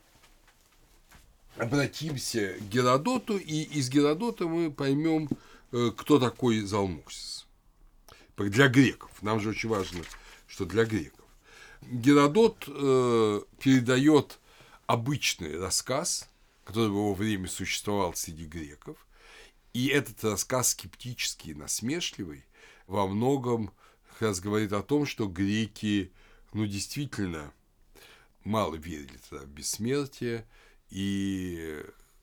обратимся к Геродоту, и из Геродота мы поймем, кто такой Залмоксис. Для греков. Нам же очень важно, что для греков. Геродот э, передает обычный рассказ, который в его время существовал среди греков. И этот рассказ скептический и насмешливый во многом как раз говорит о том, что греки, ну, действительно мало верили тогда в бессмертие. И,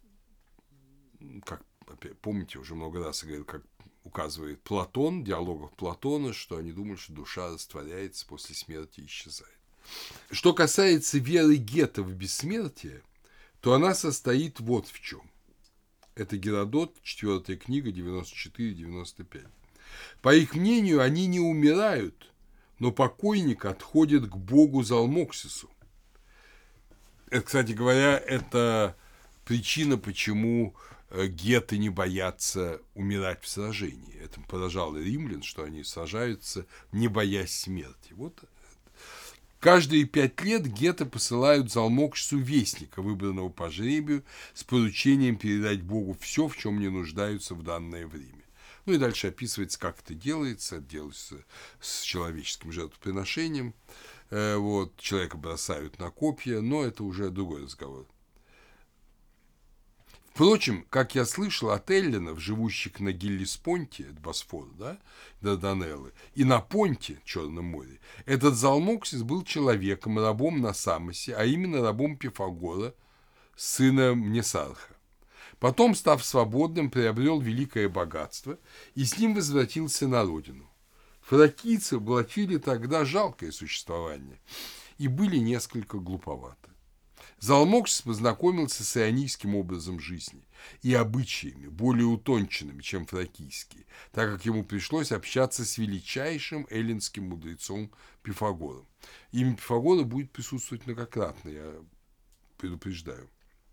как помните, уже много раз я говорил, как указывает Платон, в диалогах Платона, что они думают, что душа растворяется после смерти и исчезает. Что касается веры гетов в бессмертие, то она состоит вот в чем. Это Геродот, четвертая книга, девяносто четыре девяносто пять. По их мнению, они не умирают, но покойник отходит к богу Залмоксису. Это, кстати говоря, это причина, почему геты не боятся умирать в сражении. Это поражало римлян, что они сражаются, не боясь смерти. Вот. Каждые пять лет геты посылают Залмоксису вестника, выбранного по жребию, с поручением передать Богу все, в чем не нуждаются в данное время. Ну и дальше описывается, как это делается. Это делается с человеческим жертвоприношением. Вот, человека бросают на копья, но это уже другой разговор. Впрочем, как я слышал от эллинов, живущих на Геллеспонте, это Босфор, да, Дарданеллы, и на Понте, Черном море, этот Залмоксис был человеком, рабом на Самосе, а именно рабом Пифагора, сына Мнесарха. Потом, став свободным, приобрел великое богатство и с ним возвратился на родину. Фракийцы влачили тогда жалкое существование и были несколько глуповаты. Залмоксис познакомился с ионийским образом жизни и обычаями, более утонченными, чем фракийские, так как ему пришлось общаться с величайшим эллинским мудрецом Пифагором. Имя Пифагора будет присутствовать многократно, я предупреждаю.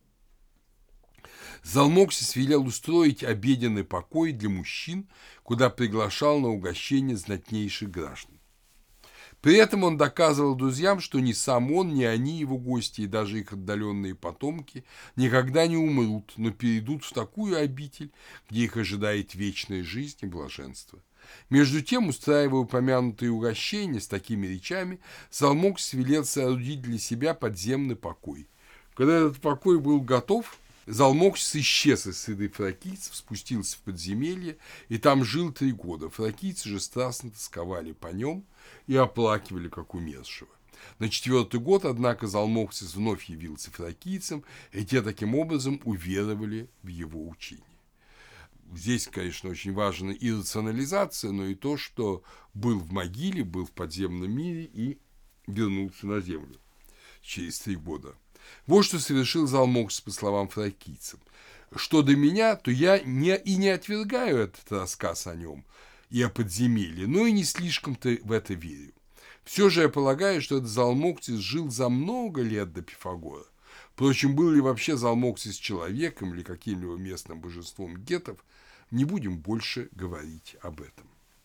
Залмоксис велел устроить обеденный покой для мужчин, куда приглашал на угощение знатнейших граждан. При этом он доказывал друзьям, что ни сам он, ни они, его гости, и даже их отдаленные потомки никогда не умрут, но перейдут в такую обитель, где их ожидает вечная жизнь и блаженство. Между тем, устраивая упомянутые угощения с такими речами, Залмоксис велел соорудить для себя подземный покой, Когда этот покой был готов, Залмоксис исчез из среды фракийцев, спустился в подземелье, и там жил три года. Фракийцы же страстно тосковали по нем и оплакивали, как умершего. На четвертый год, однако, Залмоксис вновь явился фракийцам, и те таким образом уверовали в его учение. Здесь, конечно, очень важна и рационализация, но и то, что был в могиле, был в подземном мире и вернулся на землю через три года. Вот что совершил Залмоксис, по словам фракийцев. Что до меня, то я не, и не отвергаю этот рассказ о нем и о подземелье, но и не слишком-то в это верю. Все же я полагаю, что этот Залмоксис жил за много лет до Пифагора. Впрочем, был ли вообще Залмоксис человеком или каким-либо местным божеством гетов, не будем больше говорить об этом.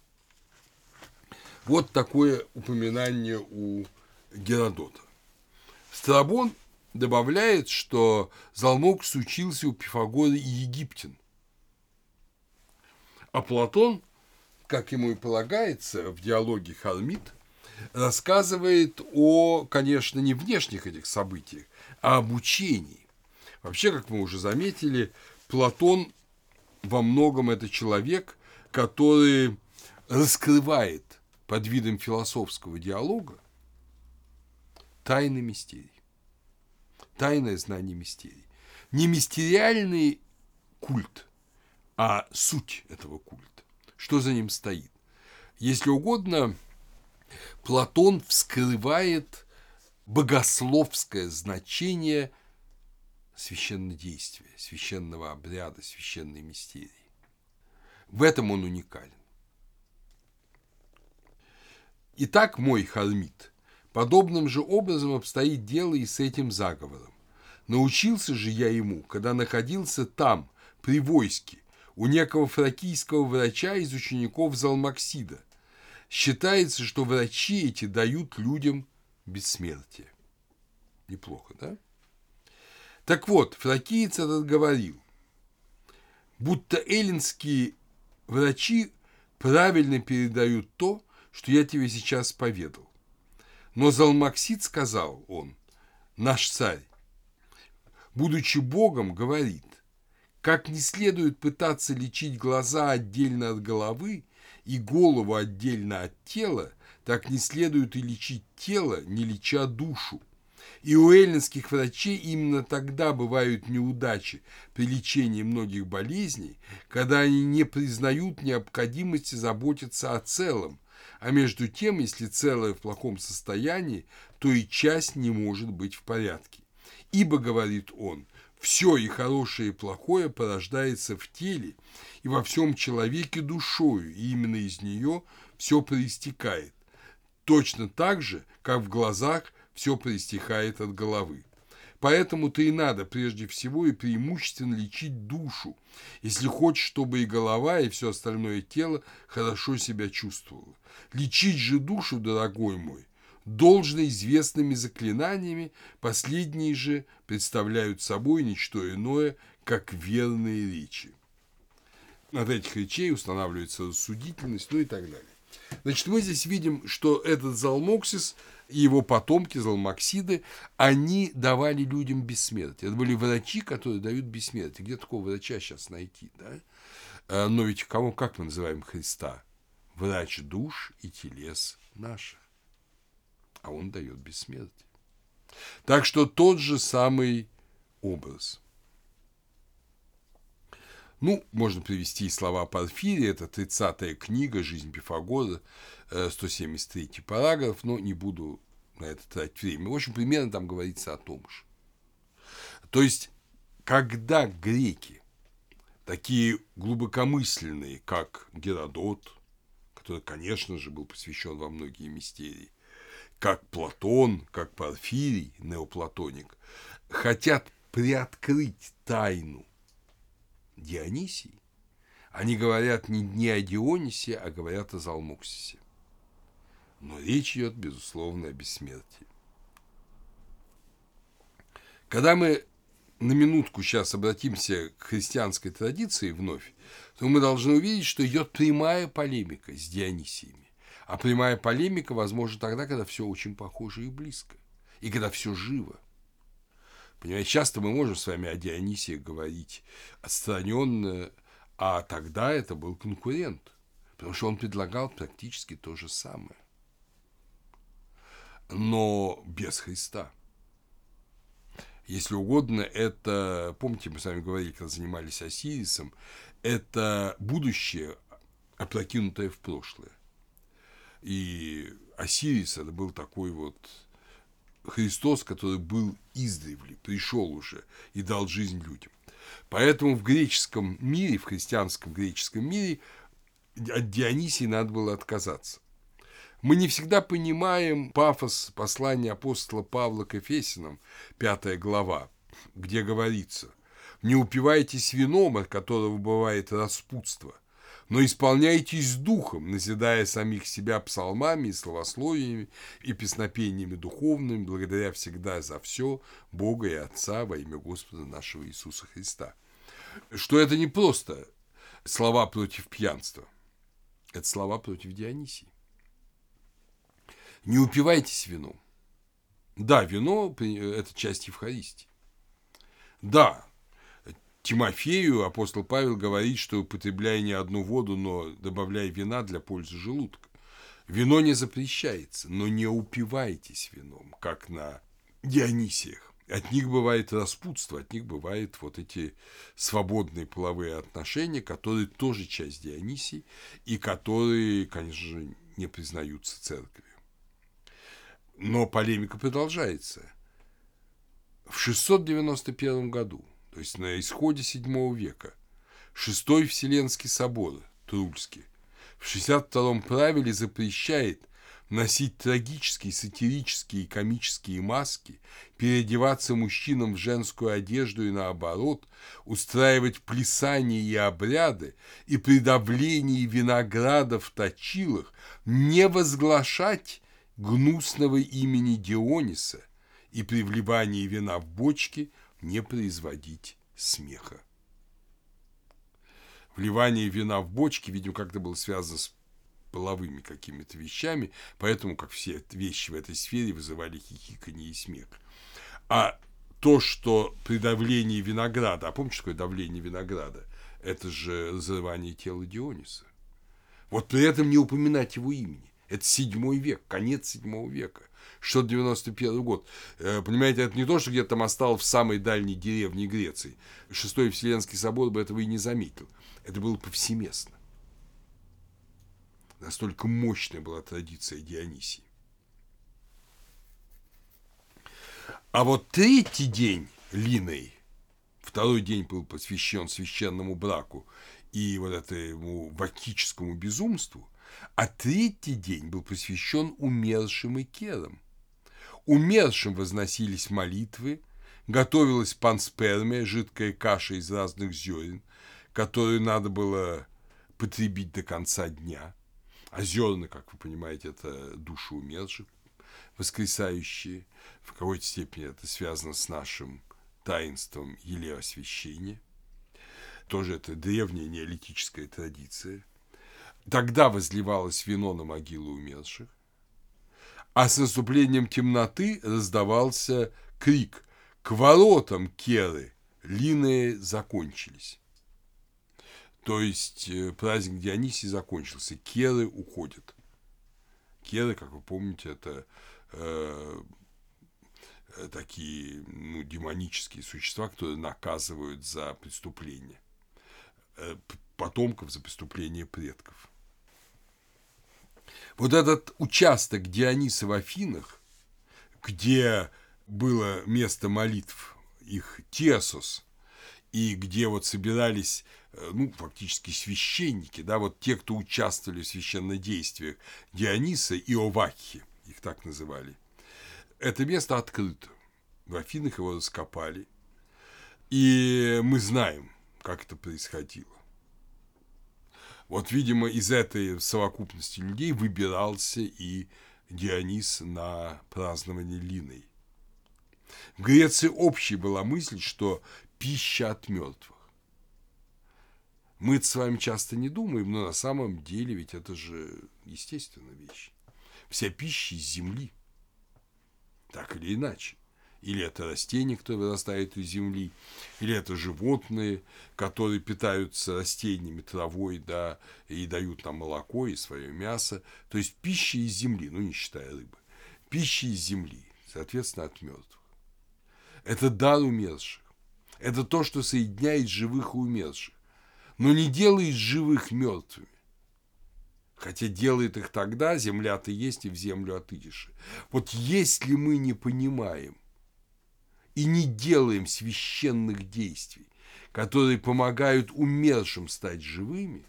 Вот такое упоминание у Геродота. Страбон добавляет, что Залмоксис учился у Пифагора и египтян. А Платон, как ему и полагается в диалоге «Хармит», рассказывает о, конечно, не внешних этих событиях, а об учении. Вообще, как мы уже заметили, Платон во многом это человек, который раскрывает под видом философского диалога тайны мистерий. Тайное знание мистерий. Не мистериальный культ, а суть этого культа. Что за ним стоит? Если угодно, Платон вскрывает богословское значение священнодействия, священного обряда, священной мистерии. В этом он уникален. Итак, мой Хармит, подобным же образом обстоит дело и с этим заговором. Научился же я ему, когда находился там, при войске, у некого фракийского врача из учеников Залмоксида. Считается, что врачи эти дают людям бессмертие. Неплохо, да? Так вот, фракиец этот говорил, будто эллинские врачи правильно передают то, что я тебе сейчас поведал. Но Залмоксид, сказал он, наш царь, будучи богом, говорит, как не следует пытаться лечить глаза отдельно от головы и голову отдельно от тела, так не следует и лечить тело, не леча душу. И у эллинских врачей именно тогда бывают неудачи при лечении многих болезней, когда они не признают необходимости заботиться о целом, а между тем, если целое в плохом состоянии, то и часть не может быть в порядке. Ибо, говорит он, все и хорошее, и плохое порождается в теле и во всем человеке душою, и именно из нее все проистекает. Точно так же, как в глазах все проистекает от головы. Поэтому-то и надо прежде всего и преимущественно лечить душу, если хочешь, чтобы и голова, и все остальное тело хорошо себя чувствовало. Лечить же душу, дорогой мой, должно известными заклинаниями, последние же представляют собой ничто иное, как верные речи. От этих речей устанавливается рассудительность, ну и так далее. Значит, мы здесь видим, что этот Залмоксис и его потомки, Залмоксиды, они давали людям бессмертие. Это были врачи, которые дают бессмертие. Где такого врача сейчас найти, да? Но ведь кого, как мы называем Христа? Врач душ и телес наших. А он дает бессмертие. Так что тот же самый образ. Ну, можно привести слова Порфирия, это тридцатая книга «Жизнь Пифагора», сто семьдесят третий параграф, но не буду на это тратить время. В общем, примерно там говорится о том же. То есть, когда греки, такие глубокомысленные, как Геродот, который, конечно же, был посвящен во многие мистерии, как Платон, как Порфирий, неоплатоник, хотят приоткрыть тайну Дионисии, они говорят не, не о Дионисе, а говорят о Залмоксисе. Но речь идет, безусловно, о бессмертии. Когда мы на минутку сейчас обратимся к христианской традиции вновь, то мы должны увидеть, что идет прямая полемика с Дионисиями. А прямая полемика возможна тогда, когда все очень похоже и близко, и когда все живо. Понимаете, часто мы можем с вами о Дионисии говорить отстраненно, а тогда это был конкурент, потому что он предлагал практически то же самое, но без Христа. Если угодно, это, помните, мы с вами говорили, когда занимались Осирисом, это будущее, опрокинутое в прошлое. И Осирис – это был такой вот Христос, который был издревле, пришел уже и дал жизнь людям. Поэтому в греческом мире, в христианском греческом мире от Дионисии надо было отказаться. Мы не всегда понимаем пафос послания апостола Павла к Ефесянам, пятая глава, где говорится: «Не упивайтесь вином, от которого бывает распутство, но исполняйтесь духом, назидая самих себя псалмами и словословиями и песнопениями духовными, благодаря всегда за все Бога и Отца во имя Господа нашего Иисуса Христа». Что это не просто слова против пьянства, это слова против Дионисии. Не упивайтесь вином. Да, вино – это часть Евхаристии. Да, Тимофею апостол Павел говорит, что употребляй не одну воду, но добавляй вина для пользы желудка. Вино не запрещается, но не упивайтесь вином, как на Дионисиях. От них бывает распутство, от них бывают вот эти свободные половые отношения, которые тоже часть Дионисии и которые, конечно же, не признаются церковью. Но полемика продолжается. В шестьсот девяносто первом году, то есть на исходе седьмого века, Шестой Вселенский собор Трульский в шестьдесят втором правиле запрещает носить трагические, сатирические и комические маски, переодеваться мужчинам в женскую одежду и наоборот, устраивать плясания и обряды и при давлении винограда в точилах не возглашать гнусного имени Диониса и при вливании вина в бочки не производить смеха. Вливание вина в бочки, видимо, как-то было связано с половыми какими-то вещами, поэтому, как все вещи в этой сфере, вызывали хихиканье и смех. А то, что при давлении винограда, а помните, что такое давление винограда? Это же разрывание тела Диониса. Вот при этом не упоминать его имени. Это седьмой век, конец седьмого века, шестьсот девяносто первый год. Понимаете, это не то, что где-то там осталось в самой дальней деревне Греции. Шестой Вселенский собор бы этого и не заметил. Это было повсеместно. Настолько мощная была традиция Дионисии. А вот третий день Линой, второй день был посвящен священному браку и вот этому вакхическому безумству, а третий день был посвящен умершим и керам. Умершим возносились молитвы, готовилась панспермия, жидкая каша из разных зерен, которую надо было потребить до конца дня. А зерна, как вы понимаете, это души умерших, воскресающие. В какой-то степени это связано с нашим таинством елеосвящения. Тоже это древняя неолитическая традиция. Тогда возливалось вино на могилы умерших, а с наступлением темноты раздавался крик: «К воротам, керы, линые закончились». То есть праздник Дионисии закончился, керы уходят. Керы, как вы помните, это э, такие ну, демонические существа, которые наказывают за преступления э, потомков, за преступления предков. Вот этот участок Диониса в Афинах, где было место молитв их Тиасос, и где вот собирались, ну, фактически священники, да, вот те, кто участвовали в священнодействиях Диониса и Овакхи, их так называли. Это место открыто. В Афинах его раскопали. И мы знаем, как это происходило. Вот, видимо, из этой совокупности людей выбирался и Дионис на празднование Линой. В Греции общей была мысль, что пища от мертвых. Мы с вами часто не думаем, но на самом деле ведь это же естественная вещь. Вся пища из земли, так или иначе. или это растения, которые вырастают из земли, или это животные, которые питаются растениями, травой, да, и дают нам молоко и свое мясо. То есть пища из земли, ну, не считая рыбы. Пища из земли, соответственно, от мертвых. Это дар умерших. Это то, что соединяет живых и умерших. Но не делает живых мертвыми. Хотя делает их тогда, земля ты есть, и в землю отыдешь. Вот если мы не понимаем и не делаем священных действий, которые помогают умершим стать живыми,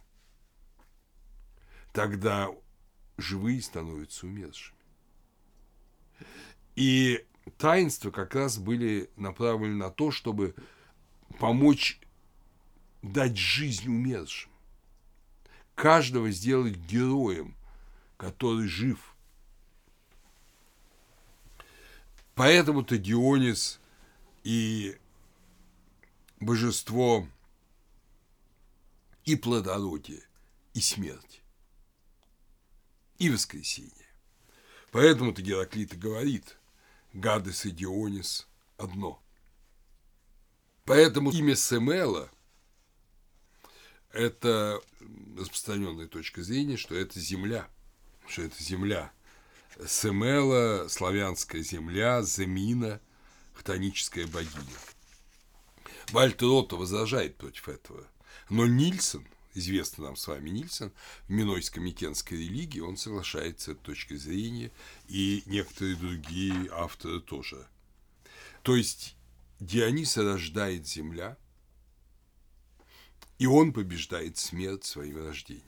тогда живые становятся умершими. И таинства как раз были направлены на то, чтобы помочь дать жизнь умершим. Каждого сделать героем, который жив. Поэтому-то Дионис и божество и плодородия, и смерти, и воскресения. Поэтому-то Гераклит и говорит: Гадес и Дионис одно. Поэтому имя Семела – это распространенная точка зрения, что это земля, что это земля. Семела – славянская земля, Земина – хтоническая богиня. Вальтер Отто возражает против этого, но Нильсон, известный нам с вами Нильсон, в минойско-микенской религии, он соглашается с этой точкой зрения, и некоторые другие авторы тоже. То есть Диониса рождает земля, и он побеждает смерть своим рождением.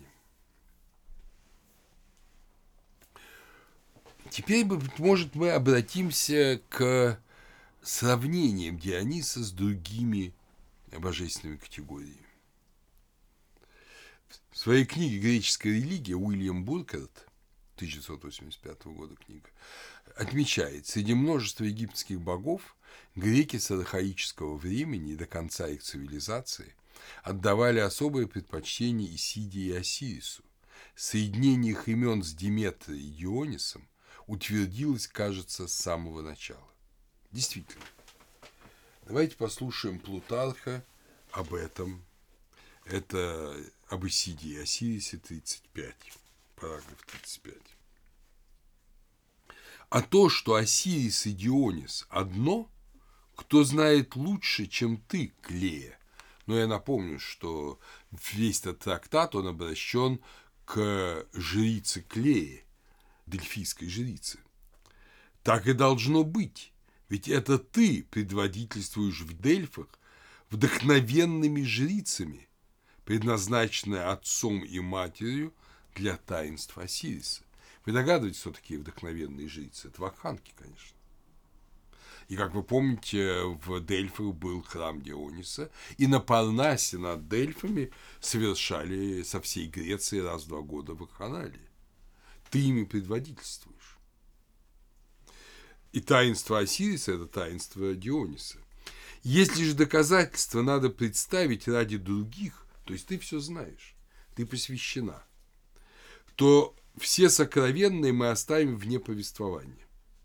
Теперь, может, мы обратимся к сравнениям Диониса с другими божественными категориями. В своей книге «Греческая религия» Уильям Буркарт, тысяча девятьсот восемьдесят пятого года книга, отмечает: среди множества египетских богов греки с архаического времени и до конца их цивилизации отдавали особое предпочтение Исиде и Осирису. Соединение их имен с Диметрой и Дионисом утвердилось, кажется, с самого начала. Действительно. Давайте послушаем Плутарха об этом. Это об Исиде и Осирисе, тридцать пять, параграф тридцать пять. А то, что Осирис и Дионис одно, кто знает лучше, чем ты, Клея. Но я напомню, что весь этот трактат, он обращен к жрице Клее, дельфийской жрице. Так и должно быть, ведь это ты предводительствуешь в Дельфах вдохновенными жрицами, предназначенные отцом и матерью для таинств Осириса. Вы догадываетесь, что такие вдохновенные жрицы? Это вакханки, конечно. И, как вы помните, в Дельфах был храм Диониса, и на Парнасе над Дельфами совершали со всей Греции раз в два года вакханалии. Ты ими предводительствуешь. И таинство Осириса – это таинство Диониса. Если же доказательства надо представить ради других, то есть ты все знаешь, ты посвящена, то все сокровенные мы оставим вне повествования.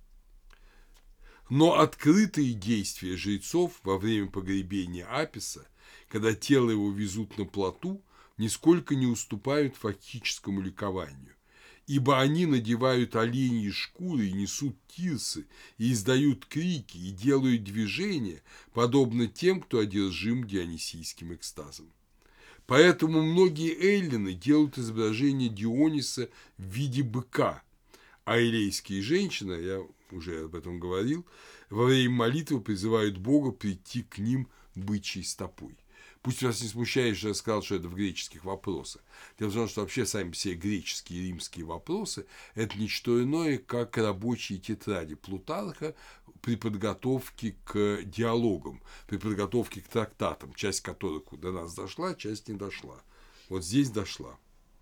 Но открытые действия жрецов во время погребения Аписа, когда тело его везут на плоту, нисколько не уступают фактическому ликованию, ибо они надевают оленьи шкуры и несут тирсы, и издают крики, и делают движения, подобно тем, кто одержим дионисийским экстазом. Поэтому многие эллины делают изображение Диониса в виде быка, а элейские женщины, я уже об этом говорил, во время молитвы призывают Бога прийти к ним бычьей стопой. Пусть вас не смущает, что я сказал, что это в греческих вопросах. Дело в том, что вообще сами все греческие и римские вопросы – это не что иное, как рабочие тетради Плутарха при подготовке к диалогам, при подготовке к трактатам, часть которых до нас дошла, часть не дошла. Вот здесь дошла.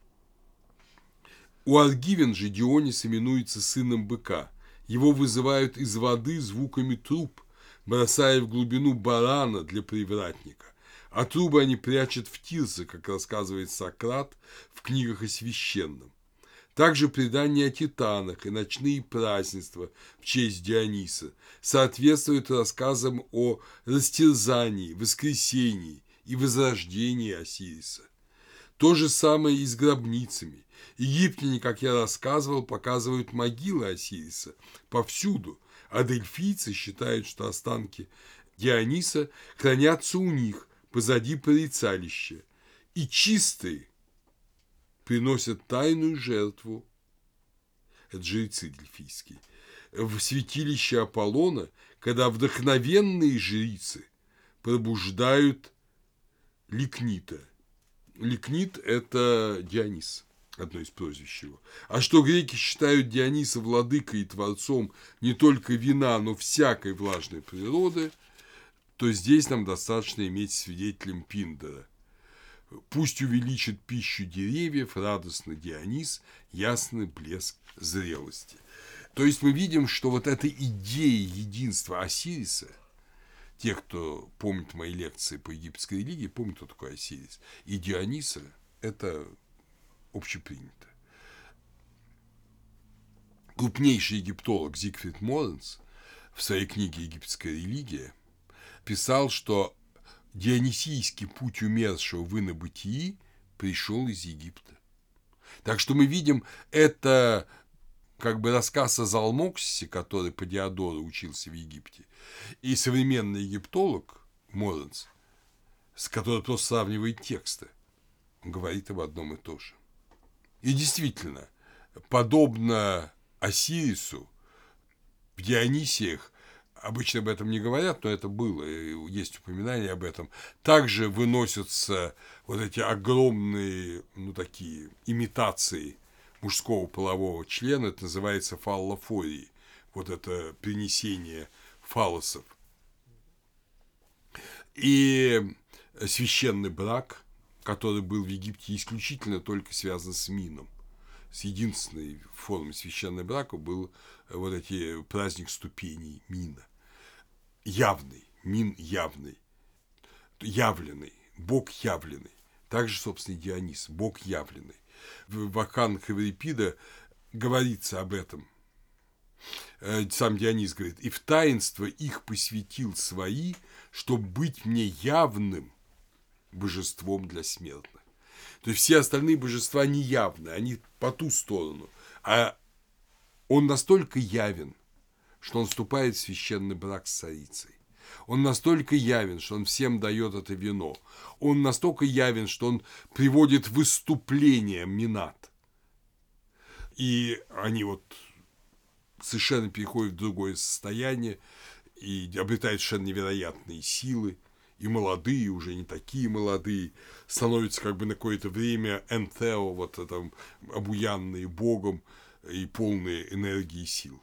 У Аргивен же Дионис именуется сыном быка. Его вызывают из воды звуками труб, бросая в глубину барана для привратника. А трубы они прячут в тирсы, как рассказывает Сократ в книгах о священном. Также предания о титанах и ночные празднества в честь Диониса соответствуют рассказам о растерзании, воскресении и возрождении Осириса. То же самое и с гробницами. Египтяне, как я рассказывал, показывают могилы Осириса повсюду, а дельфийцы считают, что останки Диониса хранятся у них позади порицалища, и чистые приносят тайную жертву, это жрецы дельфийские, в святилище Аполлона, когда вдохновенные жрицы пробуждают Ликнита. Ликнит – это Дионис, одно из прозвищ его. А что греки считают Диониса владыкой и творцом не только вина, но всякой влажной природы, то здесь нам достаточно иметь свидетелем Пиндара. Пусть увеличит пищу деревьев радостно Дионис, ясный блеск зрелости. То есть мы видим, что вот эта идея единства Осириса, те, кто помнит мои лекции по египетской религии, помнят, кто такой Осирис, и Диониса – это общепринято. Крупнейший египтолог Зигфрид Моренс в своей книге «Египетская религия» писал, что дионисийский путь умершего в инобытии пришел из Египта. Так что мы видим, это как бы рассказ о Залмоксисе, который по Диодору учился в Египте, и современный египтолог Моренс, с которым просто сравнивает тексты, он говорит об одном и том же. И действительно, подобно Осирису, в Дионисиях, обычно об этом не говорят, но это было, есть упоминание об этом, также выносятся вот эти огромные, ну, такие имитации мужского полового члена, это называется фаллофорией, вот это принесение фаллосов. И священный брак, который был в Египте исключительно только связан с мином, с единственной формой священного брака был вот эти праздник ступеней мина. Явный, мин явный, явленный, Бог явленный. Также, собственно, и Дионис, Бог явленный. В Вакханах Эврипида говорится об этом. Сам Дионис говорит: «И в таинство их посвятил свои, чтобы быть мне явным божеством для смертных». То есть все остальные божества не явны, они по ту сторону. А он настолько явен, что он вступает в священный брак с царицей. Он настолько явен, что он всем дает это вино. Он настолько явен, что он приводит в выступление Минат. И они вот совершенно переходят в другое состояние и обретают совершенно невероятные силы. И молодые, уже не такие молодые, становятся как бы на какое-то время энтео, вот это, обуянные Богом и полные энергии и сил.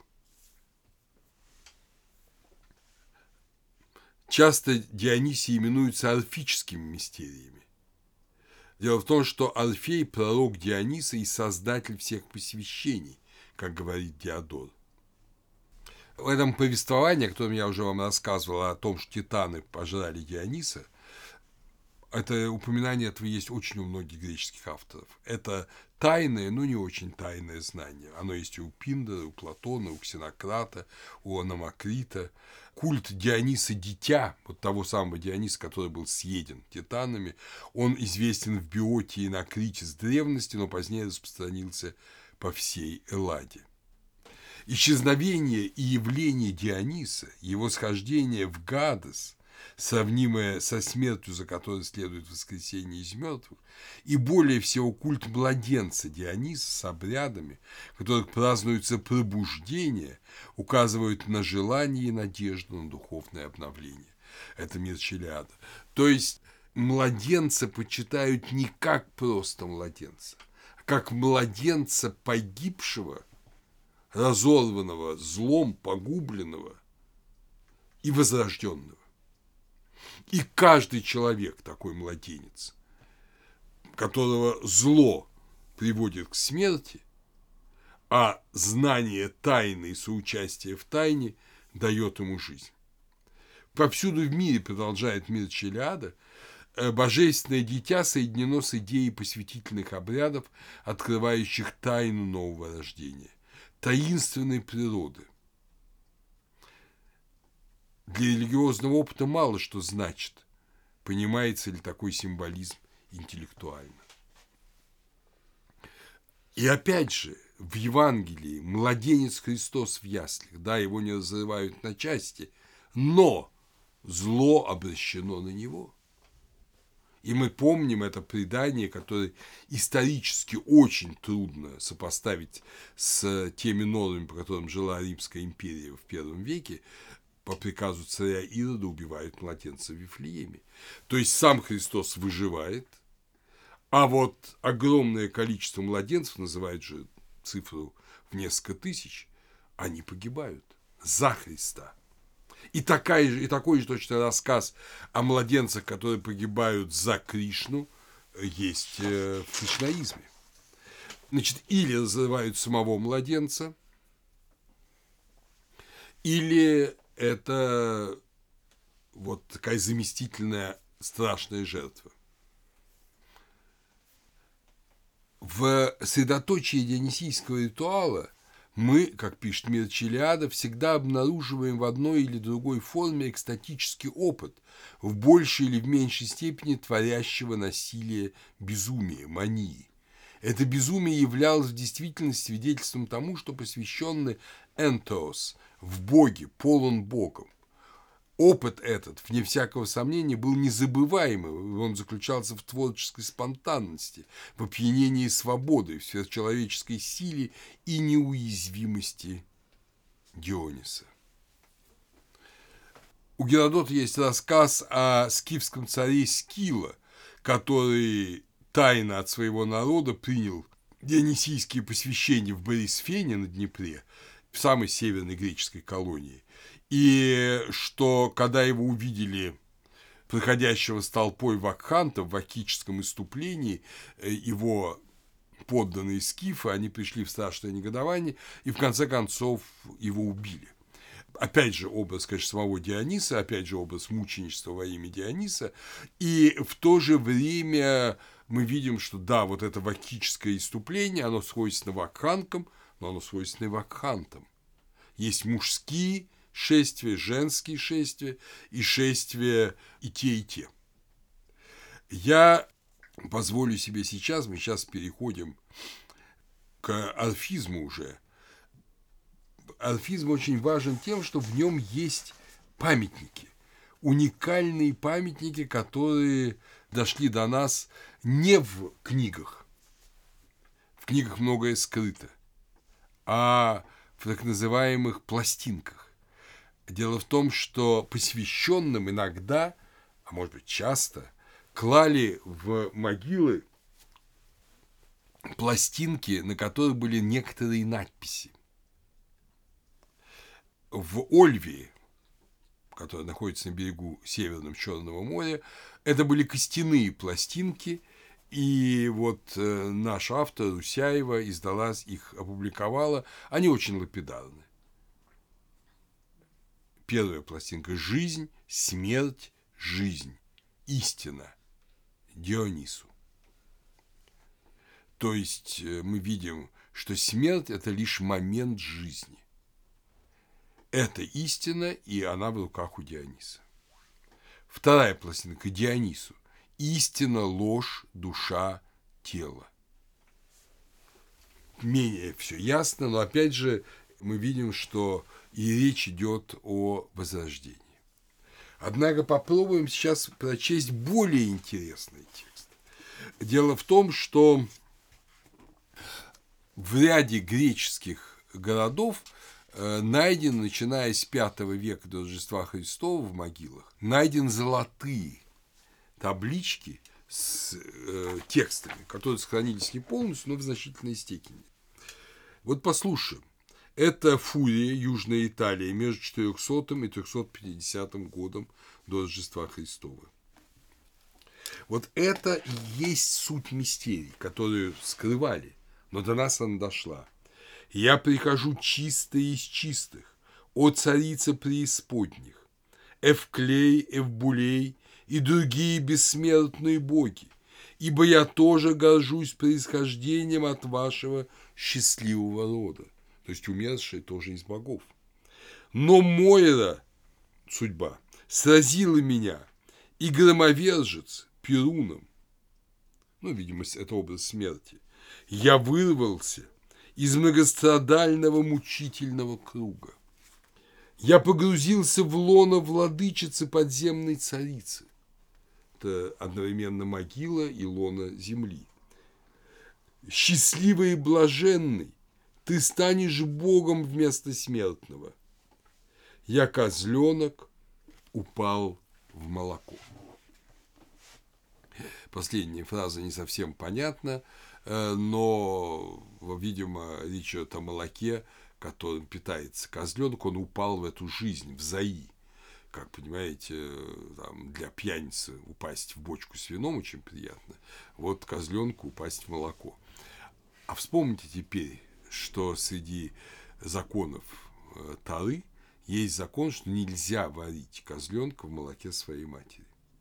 Часто Дионисии именуются орфическими мистериями. Дело в том, что Орфей – пророк Диониса и создатель всех посвящений, как говорит Диодор. В этом повествовании, о котором я уже вам рассказывал, о том, что титаны пожрали Диониса, это упоминание этого есть очень у многих греческих авторов. Это тайное, но не очень тайное знание. Оно есть и у Пиндара, у Платона, у Ксенократа, у Анамакрита. Культ Диониса Дитя, вот того самого Диониса, который был съеден титанами, он известен в Биотии и на Крите с древности, но позднее распространился по всей Элладе. Исчезновение и явление Диониса, его схождение в Гадес, сравнимое со смертью, за которой следует воскресение из мертвых, и более всего культ младенца Диониса с обрядами, в которых празднуется пробуждение, указывают на желание и надежду на духовное обновление. Это мир Челиада. То есть младенца почитают не как просто младенца, а как младенца погибшего, разорванного злом, погубленного и возрожденного. И каждый человек такой младенец, которого зло приводит к смерти, а знание тайны и соучастие в тайне дает ему жизнь. Повсюду в мире, продолжает мир Челиада, Божественное дитя соединено с идеей посвятительных обрядов, открывающих тайну нового рождения, таинственной природы. Для религиозного опыта мало что значит, понимается ли такой символизм интеллектуально. И опять же, в Евангелии младенец Христос в яслях, да, его не разрывают на части, но зло обращено на него. И мы помним это предание, которое исторически очень трудно сопоставить с теми нормами, по которым жила Римская империя в первом веке. По приказу царя Ирода убивают младенца в Вифлееме. То есть сам Христос выживает, а вот огромное количество младенцев, называют же цифру в несколько тысяч, они погибают за Христа. И, такая же, и такой же точно рассказ о младенцах, которые погибают за Кришну, есть в кришнаизме. Значит, или разрывают самого младенца, или это вот такая заместительная страшная жертва. В средоточии дионисийского ритуала мы, как пишет Мирчелиада, всегда обнаруживаем в одной или другой форме экстатический опыт, в большей или в меньшей степени творящего насилие безумия, мании. Это безумие являлось в действительности свидетельством тому, что посвященный энтос, в Боге, полон Богом. Опыт этот, вне всякого сомнения, был незабываемым, он заключался в творческой спонтанности, в опьянении свободой, в сверхчеловеческой силе и неуязвимости Диониса. У Геродота есть рассказ о скифском царе Скила, который тайно от своего народа принял дионисийские посвящения в Борисфене на Днепре, в самой северной греческой колонии. И что, когда его увидели, проходящего с толпой вакхантов в акическом исступлении, его подданные скифы, они пришли в страшное негодование и, в конце концов, его убили. Опять же, образ, конечно, самого Диониса, опять же, образ мученичества во имя Диониса. И в то же время мы видим, что, да, вот это вакхическое исступление, оно свойственно вакханкам, но оно свойственно и вакхантам. Есть мужские шествия, женские шествия и шествия и те, и те. Я позволю себе сейчас, мы сейчас переходим к орфизму уже. Орфизм очень важен тем, что в нем есть памятники, уникальные памятники, которые дошли до нас не в книгах. В книгах многое скрыто, а в так называемых пластинках. Дело в том, что посвященным иногда, а может быть часто, клали в могилы пластинки, на которых были некоторые надписи. В Ольвии, которая находится на берегу Северного Черного моря, это были костяные пластинки, и вот э, наш автор Русяева издала их, опубликовала. Они очень лапидарны. Первая пластинка – «Жизнь, смерть, жизнь. Истина. Дионису». То есть мы видим, что смерть – это лишь момент жизни. Это истина, и она в руках у Диониса. Вторая пластинка – Дионису. Истина, ложь, душа, тело. Менее все ясно, но опять же мы видим, что и речь идет о возрождении. Однако попробуем сейчас прочесть более интересный текст. Дело в том, что в ряде греческих городов найден, начиная с пятого века до Рождества Христова в могилах, найдены золотые таблички с э, текстами, которые сохранились не полностью, но в значительной степени. Вот послушаем. Это Фурия, Южная Италия, между четырехсотым и трехсот пятидесятым годом до Рождества Христова. Вот это и есть суть мистерий, которую скрывали, но до нас она дошла. «Я прихожу чистый из чистых, о царица преисподних, Эвклей, Эвбулей, и другие бессмертные боги, ибо я тоже горжусь происхождением от вашего счастливого рода. То есть умершие тоже из богов. Но Мойра, судьба, сразила меня, и громовержец Перуном, ну, видимо, это образ смерти, я вырвался из многострадального мучительного круга. Я погрузился в лоно владычицы подземной царицы. Это одновременно могила и лоно земли. Счастливый и блаженный, ты станешь Богом вместо смертного. Я, козленок, упал в молоко. Последняя фраза не совсем понятна, но, видимо, речь идет о молоке, которым питается козленок. Он упал в эту жизнь, в заи. Как понимаете, там, для пьяницы упасть в бочку с вином очень приятно. Вот козленку упасть в молоко. А вспомните теперь, что среди законов Торы есть закон, что нельзя варить козленка в молоке своей матери.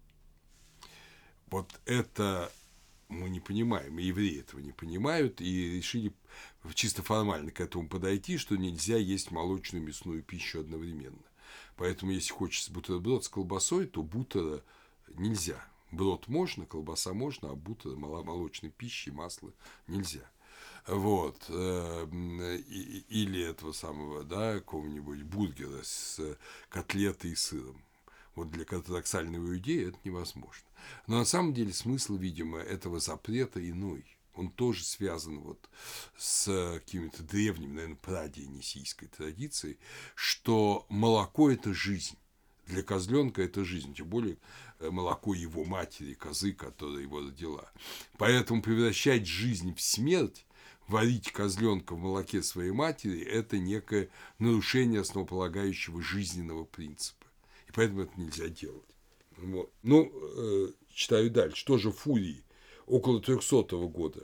Вот это мы не понимаем, и евреи этого не понимают, и решили чисто формально к этому подойти, что нельзя есть молочную и мясную пищу одновременно. Поэтому, если хочется бутерброд с колбасой, то бутера нельзя. Брод можно, колбаса можно, а бутера, молочной пищи, масло нельзя. Вот. Или этого самого, да, какого-нибудь бургера с котлетой и сыром. Вот для ортодоксального иудея это невозможно. Но на самом деле смысл, видимо, этого запрета иной. Он тоже связан вот с какими-то древними, наверное, прадионисийской традицией, что молоко – это жизнь. Для козленка это жизнь, тем более молоко его матери, козы, которая его родила. Поэтому превращать жизнь в смерть, варить козленка в молоке своей матери – это некое нарушение основополагающего жизненного принципа. И поэтому это нельзя делать. Вот. Ну, э, читаю дальше. Тоже Фурии, около трехсотого года.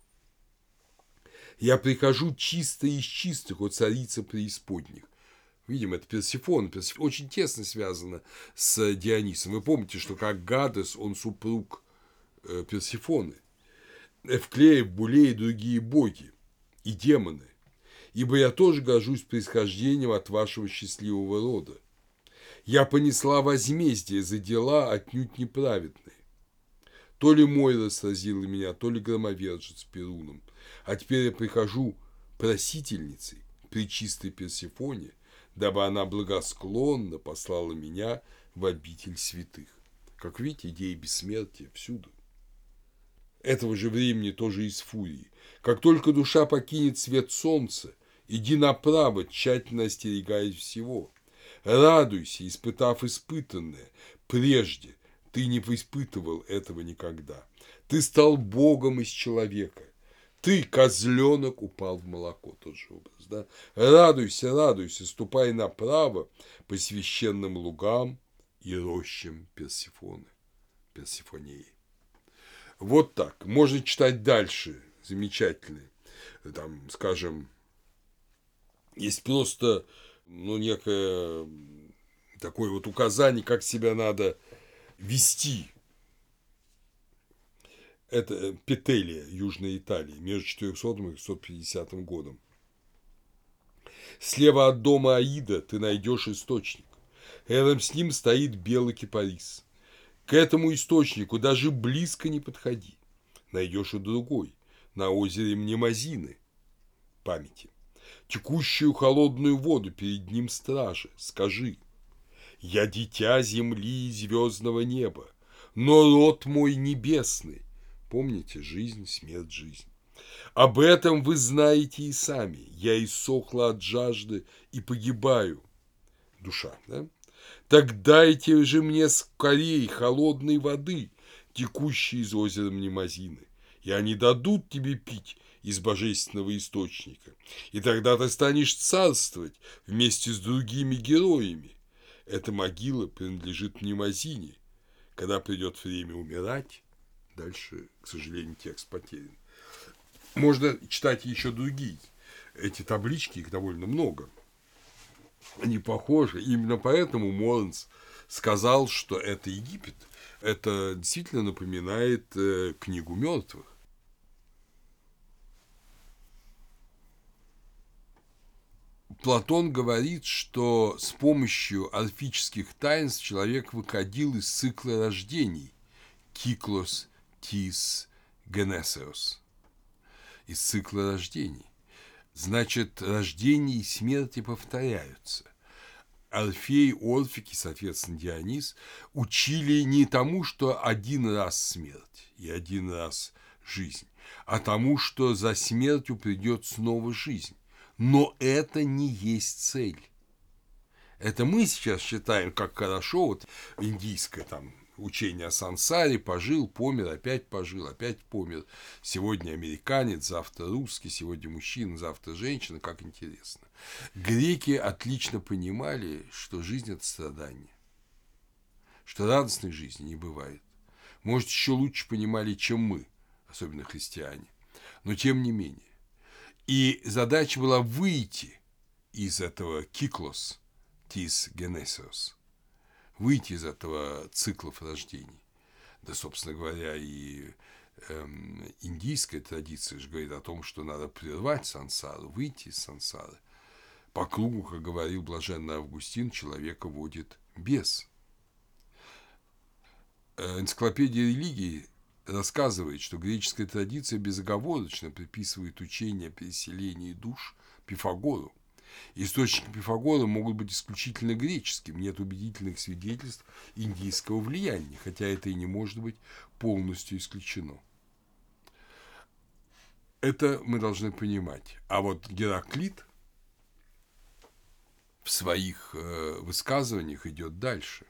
Я прихожу чисто из чистых, о царица преисподних. Видимо, это Персифона. Персифона очень тесно связана с Дионисом. Вы помните, что как Гадес, он супруг э, Персифоны. Эвклеев, Булей и другие боги и демоны. Ибо я тоже горжусь происхождением от вашего счастливого рода. Я понесла возмездие за дела отнюдь неправедные. То ли Мойра сразила меня, то ли громовержец Перуном. А теперь я прихожу просительницей при чистой Персифоне, дабы она благосклонно послала меня в обитель святых. Как видите, идея бессмертия всюду. Этого же времени тоже из Фурии. Как только душа покинет свет солнца, иди направо, тщательно остерегаясь всего. Радуйся, испытав испытанное. Прежде ты не испытывал этого никогда. Ты стал Богом из человека. Ты, козленок, упал в молоко. Тот же образ, да? Радуйся, радуйся, ступай направо по священным лугам и рощам Персифоны, Персифонеи. Вот так. Можно читать дальше. Замечательные. Там, скажем, есть просто, ну, некое такое вот указание, как себя надо вести. Это Петелия, Южная Италия, между четырехсотым и шестьсот пятидесятым годом. Слева от дома Аида ты найдешь источник. Рядом с ним стоит белый кипарис. К этому источнику даже близко не подходи. Найдешь и другой, на озере Мнемозины, памяти. Текущую холодную воду перед ним стражи. Скажи: я дитя земли и звездного неба, но род мой небесный. Помните, жизнь, смерть, жизнь. Об этом вы знаете и сами. Я иссохла от жажды и погибаю. Душа, да? Так дайте же мне скорей холодной воды, текущей из озера Мнемозины, и они дадут тебе пить из божественного источника. И тогда ты станешь царствовать вместе с другими героями. Эта могила принадлежит Мнемозине. Когда придет время умирать, дальше, к сожалению, текст потерян. Можно читать еще другие. Эти таблички, их довольно много. Они похожи. Именно поэтому Моренс сказал, что это Египет. Это действительно напоминает э, книгу мертвых. Платон говорит, что с помощью орфических таинств человек выходил из цикла рождений «киклос тис генесеос», из цикла рождений. Значит, рождение и смерти повторяются. Орфей, Орфик и, соответственно, Дионис учили не тому, что один раз смерть и один раз жизнь, а тому, что за смертью придет снова жизнь. Но это не есть цель. Это мы сейчас считаем, как хорошо, вот индийское там учение о сансаре, пожил, помер, опять пожил, опять помер. Сегодня американец, завтра русский, сегодня мужчина, завтра женщина, как интересно. Греки отлично понимали, что жизнь – это страдание, что радостной жизни не бывает. Может, еще лучше понимали, чем мы, особенно христиане, но тем не менее. И задача была выйти из этого киклос тис генесеос, выйти из этого циклов рождений. Да, собственно говоря, и эм, индийская традиция же говорит о том, что надо прервать сансару, выйти из сансары. По кругу, как говорил блаженный Августин, человека водит бес. Энциклопедия религии рассказывает, что греческая традиция безоговорочно приписывает учение о переселении душ Пифагору. Источники Пифагора могут быть исключительно греческими, нет убедительных свидетельств индийского влияния, хотя это и не может быть полностью исключено. Это мы должны понимать. А вот Гераклит в своих э, высказываниях идет дальше.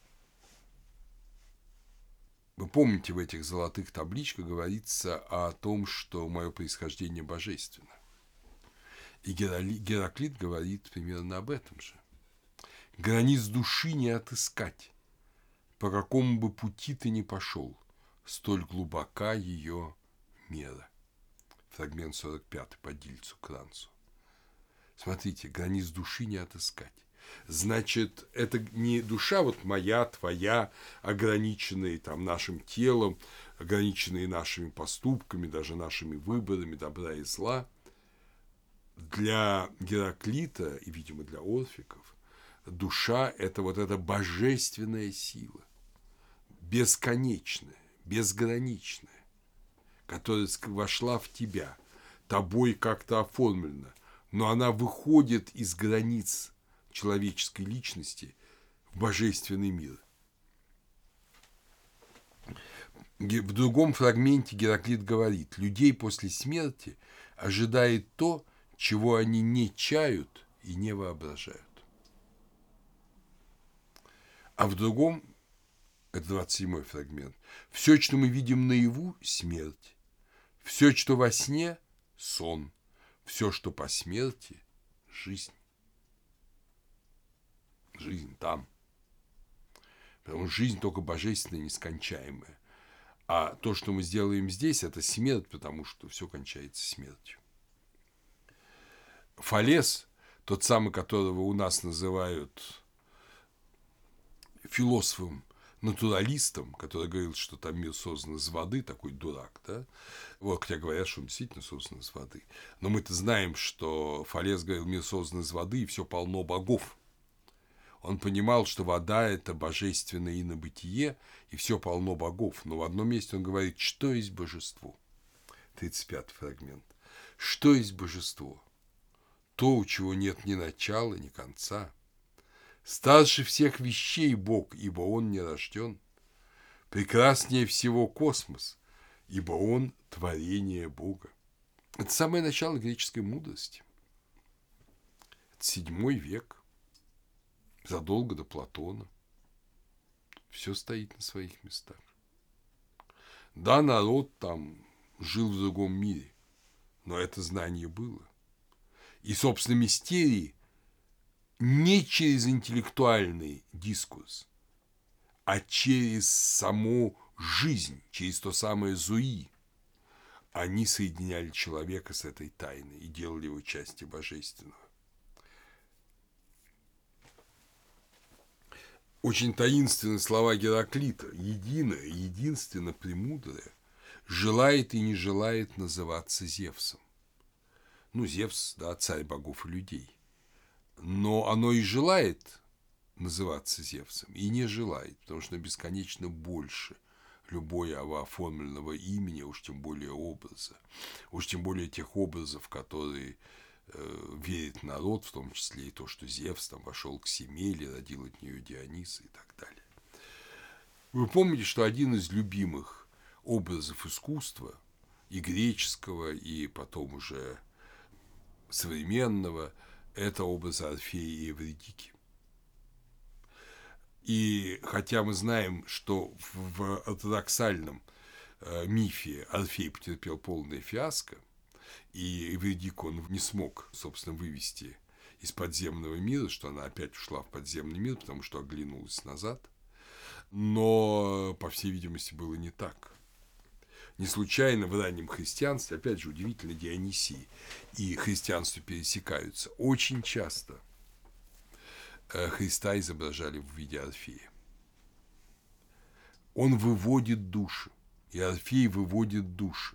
Вы помните, в этих золотых табличках говорится о том, что мое происхождение божественно. И Гераклит говорит примерно об этом же. Границ души не отыскать, по какому бы пути ты ни пошел, столь глубока ее мера. Фрагмент сорок пятый по Дильцу Кранцу. Смотрите, границ души не отыскать. Значит, это не душа вот моя, твоя, ограниченные там нашим телом, ограниченные нашими поступками, даже нашими выборами добра и зла. Для Гераклита и, видимо, для орфиков душа – это вот эта божественная сила, бесконечная, безграничная, которая вошла в тебя, тобой как-то оформлена, но она выходит из границ человеческой личности в божественный мир. В другом фрагменте Гераклит говорит: людей после смерти ожидает то, чего они не чают и не воображают. А в другом, это двадцать седьмой фрагмент, все, что мы видим наяву – смерть, все, что во сне – сон, все, что по смерти – жизнь. Жизнь там. Потому что жизнь только божественная и нескончаемая. А то, что мы сделаем здесь, это смерть, потому что все кончается смертью. Фалес, тот самый, которого у нас называют философом, натуралистом, который говорил, что там мир создан из воды, такой дурак, да? Вот, хотя говорят, что он действительно создан из воды. Но мы-то знаем, что Фалес говорил, мир создан из воды, и все полно богов. Он понимал, что вода – это божественное инобытие, и все полно богов. Но в одном месте он говорит, что есть божество. тридцать пятый фрагмент. Что есть божество? То, у чего нет ни начала, ни конца. Старше всех вещей Бог, ибо Он не рожден. Прекраснее всего космос, ибо Он творение Бога. Это самое начало греческой мудрости. Это седьмой век, задолго до Платона. Все стоит на своих местах. Да, народ там жил в другом мире, но это знание было. И, собственно, мистерии не через интеллектуальный дискурс, а через саму жизнь, через то самое зуи, они соединяли человека с этой тайной и делали его частью божественного. Очень таинственные слова Гераклита: единое, единственно премудрое желает и не желает называться Зевсом. Ну, Зевс, да, царь богов и людей. Но оно и желает называться Зевсом, и не желает, потому что бесконечно больше любого оформленного имени, уж тем более образа, уж тем более тех образов, которые э, верит народ, в том числе и то, что Зевс там вошел к Семеле, родил от нее Диониса и так далее. Вы помните, что один из любимых образов искусства, и греческого, и потом уже современного, это образ Орфея и Эвридики. И хотя мы знаем, что в ортодоксальном мифе Орфей потерпел полное фиаско, и Эвридику он не смог, собственно, вывести из подземного мира, что она опять ушла в подземный мир, потому что оглянулась назад, но, по всей видимости, было не так. Не случайно в раннем христианстве, опять же, удивительно, Дионисий и христианство пересекаются. Очень часто Христа изображали в виде Орфея. Он выводит души, и Орфей выводит души.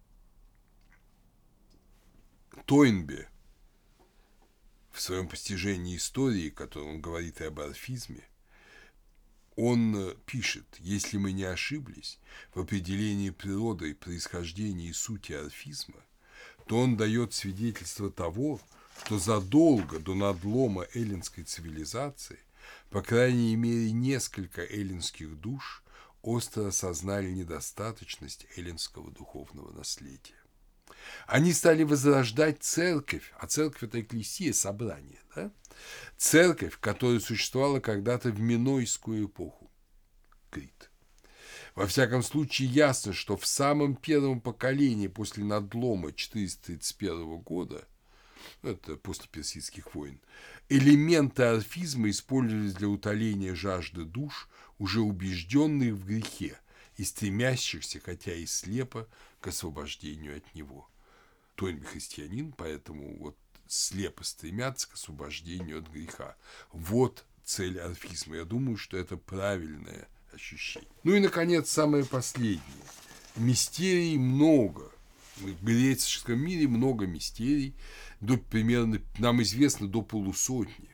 Тойнбе в своем постижении истории, в котором он говорит и об орфизме, он пишет: если мы не ошиблись в определении природы и происхождения и сути орфизма, то он дает свидетельство того, что задолго до надлома эллинской цивилизации, по крайней мере, несколько эллинских душ остро осознали недостаточность эллинского духовного наследия. Они стали возрождать церковь, а церковь – это экклесия, собрание, да? Церковь, которая существовала когда-то в минойскую эпоху, Крит. Во всяком случае, ясно, что в самом первом поколении после надлома четыреста тридцать первого года, это после персидских войн, элементы орфизма использовались для утоления жажды душ, уже убежденных в грехе и стремящихся, хотя и слепо, к освобождению от него. Тойнбе христианин, поэтому вот слепо стремятся к освобождению от греха. Вот цель орфизма. Я думаю, что это правильное ощущение. Ну и, наконец, самое последнее. Мистерий много. В греческом мире много мистерий. До, примерно, нам известно, до полусотни.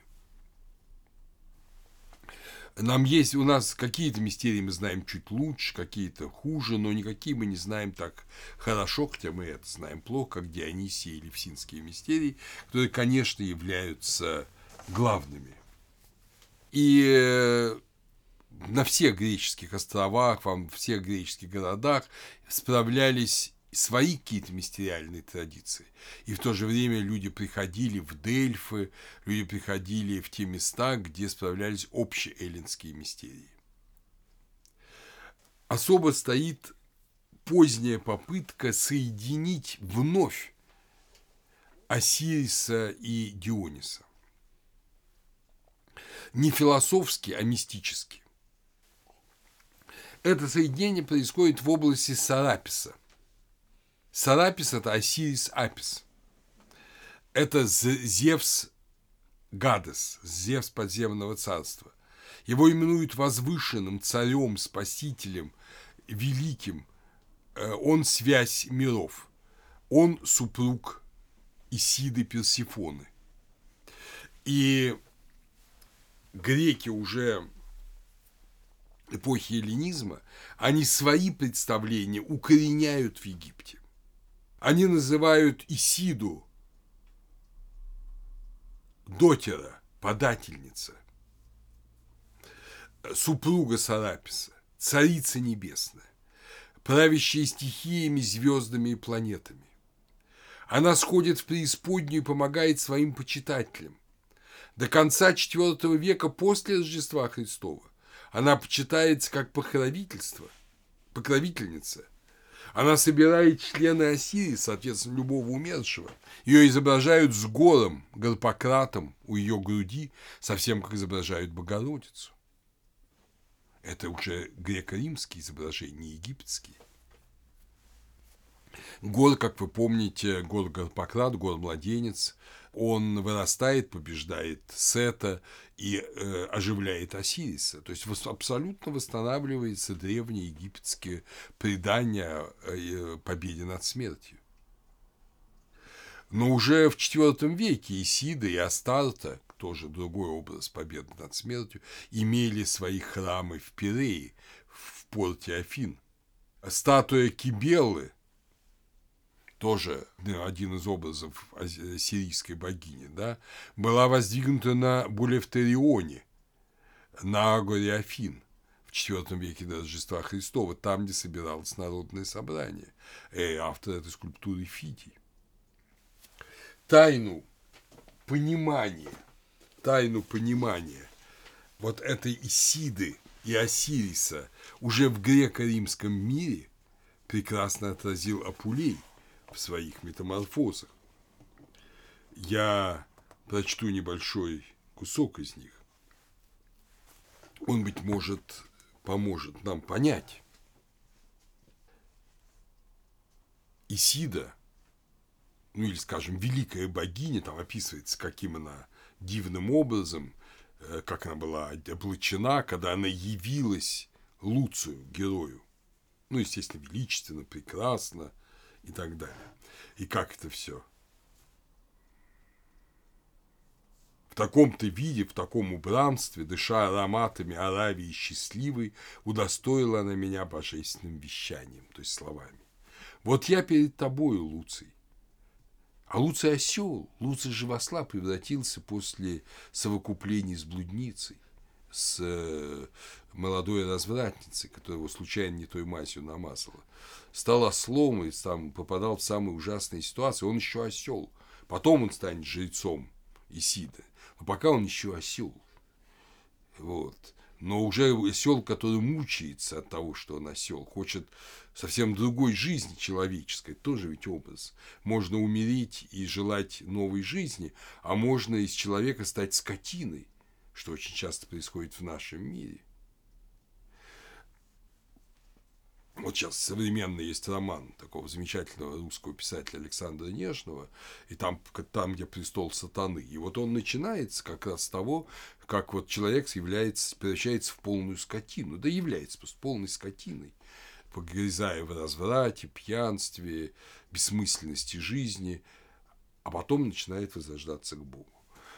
Нам есть, у нас какие-то мистерии мы знаем чуть лучше, какие-то хуже, но никакие мы не знаем так хорошо, хотя мы это знаем плохо, как Дионисий или Фсинские мистерии, которые, конечно, являются главными. И на всех греческих островах, во всех греческих городах справлялись свои какие-то мистериальные традиции. И в то же время люди приходили в Дельфы, люди приходили в те места, где справлялись общеэллинские мистерии. Особо стоит поздняя попытка соединить вновь Осириса и Диониса. Не философски, а мистически. Это соединение происходит в области Сараписа. Сарапис – это Осирис Апис. Это Зевс Гадес, Зевс подземного царства. Его именуют возвышенным царем, спасителем, великим. Он связь миров. Он супруг Исиды Персифоны. И греки уже эпохи эллинизма, они свои представления укореняют в Египте. Они называют Исиду дотера, подательница, супруга Сараписа, царица небесная, правящая стихиями, звездами и планетами. Она сходит в преисподнюю и помогает своим почитателям. До конца четвёртого века после Рождества Христова она почитается как покровительство, покровительница. Она собирает члены Осирии, соответственно, любого умершего. Ее изображают с гором, Гарпократом у ее груди, совсем как изображают Богородицу. Это уже греко-римские изображения, не египетские. Гор, как вы помните, гор Гарпократ, гор Младенец, Он вырастает, побеждает Сета и э, оживляет Осириса. То есть абсолютно восстанавливается древние египетские предания о победе над смертью. Но уже в четвёртом веке Исида и Астарта, тоже другой образ победы над смертью, имели свои храмы в Пирее, в порте Афин. Статуя Кибелы, тоже один из образов сирийской богини, да, была воздвигнута на Булефтерионе, на Агоре Афин, в четвёртом веке до Рождества Христова, там, где собиралось народное собрание. И автор этой скульптуры Фидий. Тайну понимания, тайну понимания вот этой Исиды и Осириса уже в греко-римском мире прекрасно отразил Апулей в своих метаморфозах. Я прочту небольшой кусок из них. Он, быть может, поможет нам понять. Исида, ну или, скажем, великая богиня, там описывается, каким она дивным образом, как она была облачена, когда она явилась Луцию, герою. Ну, естественно, величественно, прекрасно и так далее. И как это все в таком-то виде, в таком убранстве, дыша ароматами Аравии счастливой, удостоила она меня божественным вещанием, то есть словами. Вот я перед тобою, Луций. А Луций осел, Луций живосла превратился после совокуплений с блудницей, с молодой развратницей, которая его случайно не той мазью намазала. Стал ослом и там попадал в самые ужасные ситуации. Он еще осел. Потом он станет жрецом Исиды. Но пока он еще осел. Вот. Но уже осел, который мучается от того, что он осел, хочет совсем другой жизни человеческой, тоже ведь образ. Можно умереть и желать новой жизни, а можно из человека стать скотиной, что очень часто происходит в нашем мире. Вот сейчас современный есть роман такого замечательного русского писателя Александра Нежного, и там, там, где престол сатаны. И вот он начинается как раз с того, как вот человек является, превращается в полную скотину, да является просто полной скотиной, погрязая в разврате, пьянстве, бессмысленности жизни, а потом начинает возрождаться к Богу.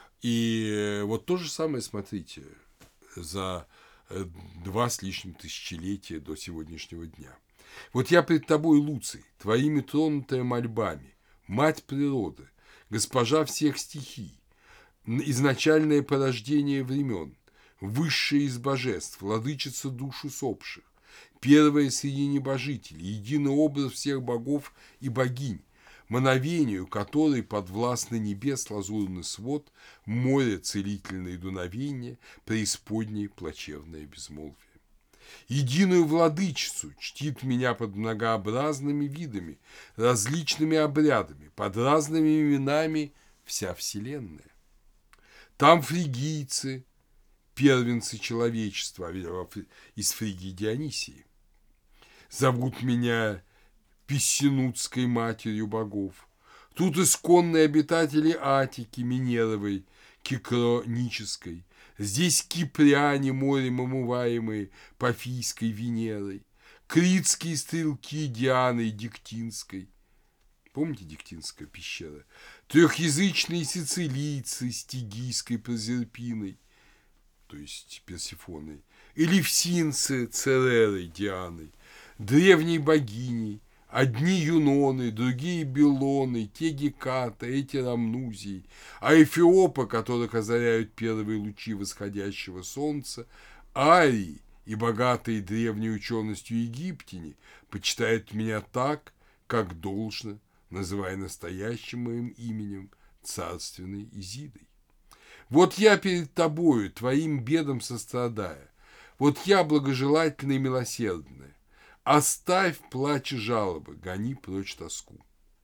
И вот то же самое, смотрите, за два с лишним тысячелетия до сегодняшнего дня. Вот я пред тобой, Луций, твоими тронутая мольбами, мать природы, госпожа всех стихий, изначальное порождение времен, высшая из божеств, владычица душ усопших, первая среди небожителей, единый образ всех богов и богинь, мановению которой подвластный небес лазурный свод, море целительное дуновение, преисподней плачевное безмолвие. Единую владычицу чтит меня под многообразными видами, различными обрядами, под разными именами вся вселенная. Там фригийцы, первенцы человечества из Фригии Дионисии, зовут меня Писсинутской матерью богов. Тут исконные обитатели Атики, Минеровой, Кикронической. Здесь кипряне, морем омываемые Пафийской Венерой. Критские стрелки Дианы Диктинской. Помните Диктинская пещера? Трехязычные сицилийцы с Тигийской Прозерпиной, то есть Персифоной. Элевсинцы Церерой Дианой. Древней богиней. Одни юноны, другие белоны, те гекаты, эти рамнузии, а эфиопы, которых озаряют первые лучи восходящего солнца, арии и богатые древней ученостью египтяне почитают меня так, как должно, называя настоящим моим именем царственной Изидой. Вот я перед тобою, твоим бедам сострадая, вот я благожелательная и милосердная. Оставь плач и жалобы, гони прочь тоску.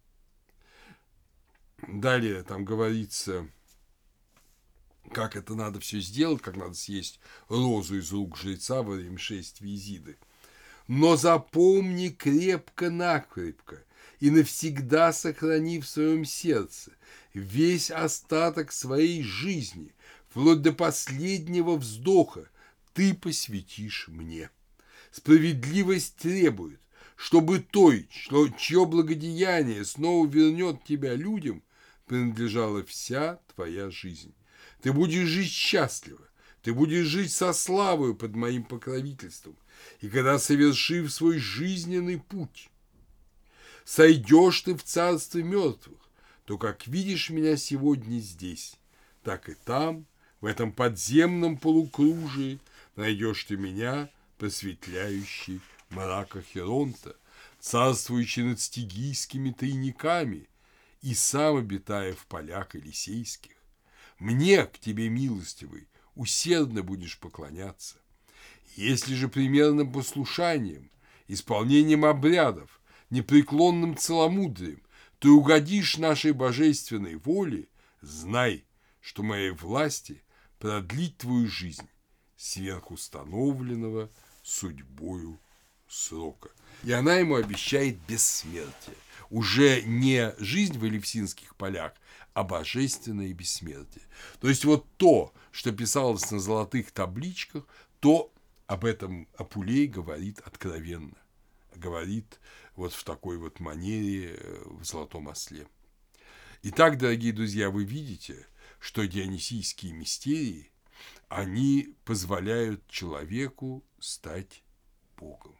Далее там говорится, как это надо все сделать, как надо съесть розу из рук жреца во время шествия Изиды. Но запомни крепко-накрепко, и навсегда сохрани в своем сердце весь остаток своей жизни, вплоть до последнего вздоха, ты посвятишь мне. Справедливость требует, чтобы той, что, чье благодеяние снова вернет тебя людям, принадлежала вся твоя жизнь. Ты будешь жить счастливо, ты будешь жить со славою под моим покровительством, и когда, совершив свой жизненный путь, сойдешь ты в царстве мертвых, то, как видишь меня сегодня здесь, так и там, в этом подземном полукружии, найдешь ты меня, просветляющий мрака Херонта, царствующий над стигийскими тайниками и сам обитая в полях Елисейских. Мне, к тебе, милостивый, усердно будешь поклоняться. Если же примерным послушанием, исполнением обрядов, непреклонным целомудрием ты угодишь нашей божественной воле, знай, что моей власти продлить твою жизнь сверхустановленного судьбою срока. И она ему обещает бессмертие. Уже не жизнь в Элевсинских полях, а божественное бессмертие. То есть вот то, что писалось на золотых табличках, то об этом Апулей говорит откровенно. Говорит вот в такой вот манере в «Золотом осле». Итак, дорогие друзья, вы видите, что дионисийские мистерии, они позволяют человеку стать Богом.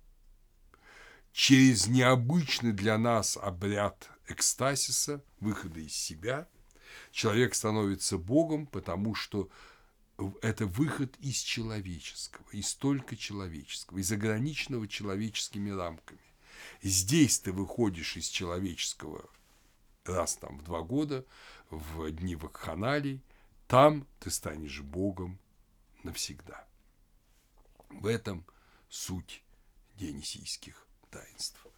Через необычный для нас обряд экстасиса, выхода из себя, человек становится Богом, потому что это выход из человеческого, из только человеческого, из ограниченного человеческими рамками. Здесь ты выходишь из человеческого раз там в два года, в дни вакханалий, там ты станешь Богом навсегда. В этом суть дионисийских таинств.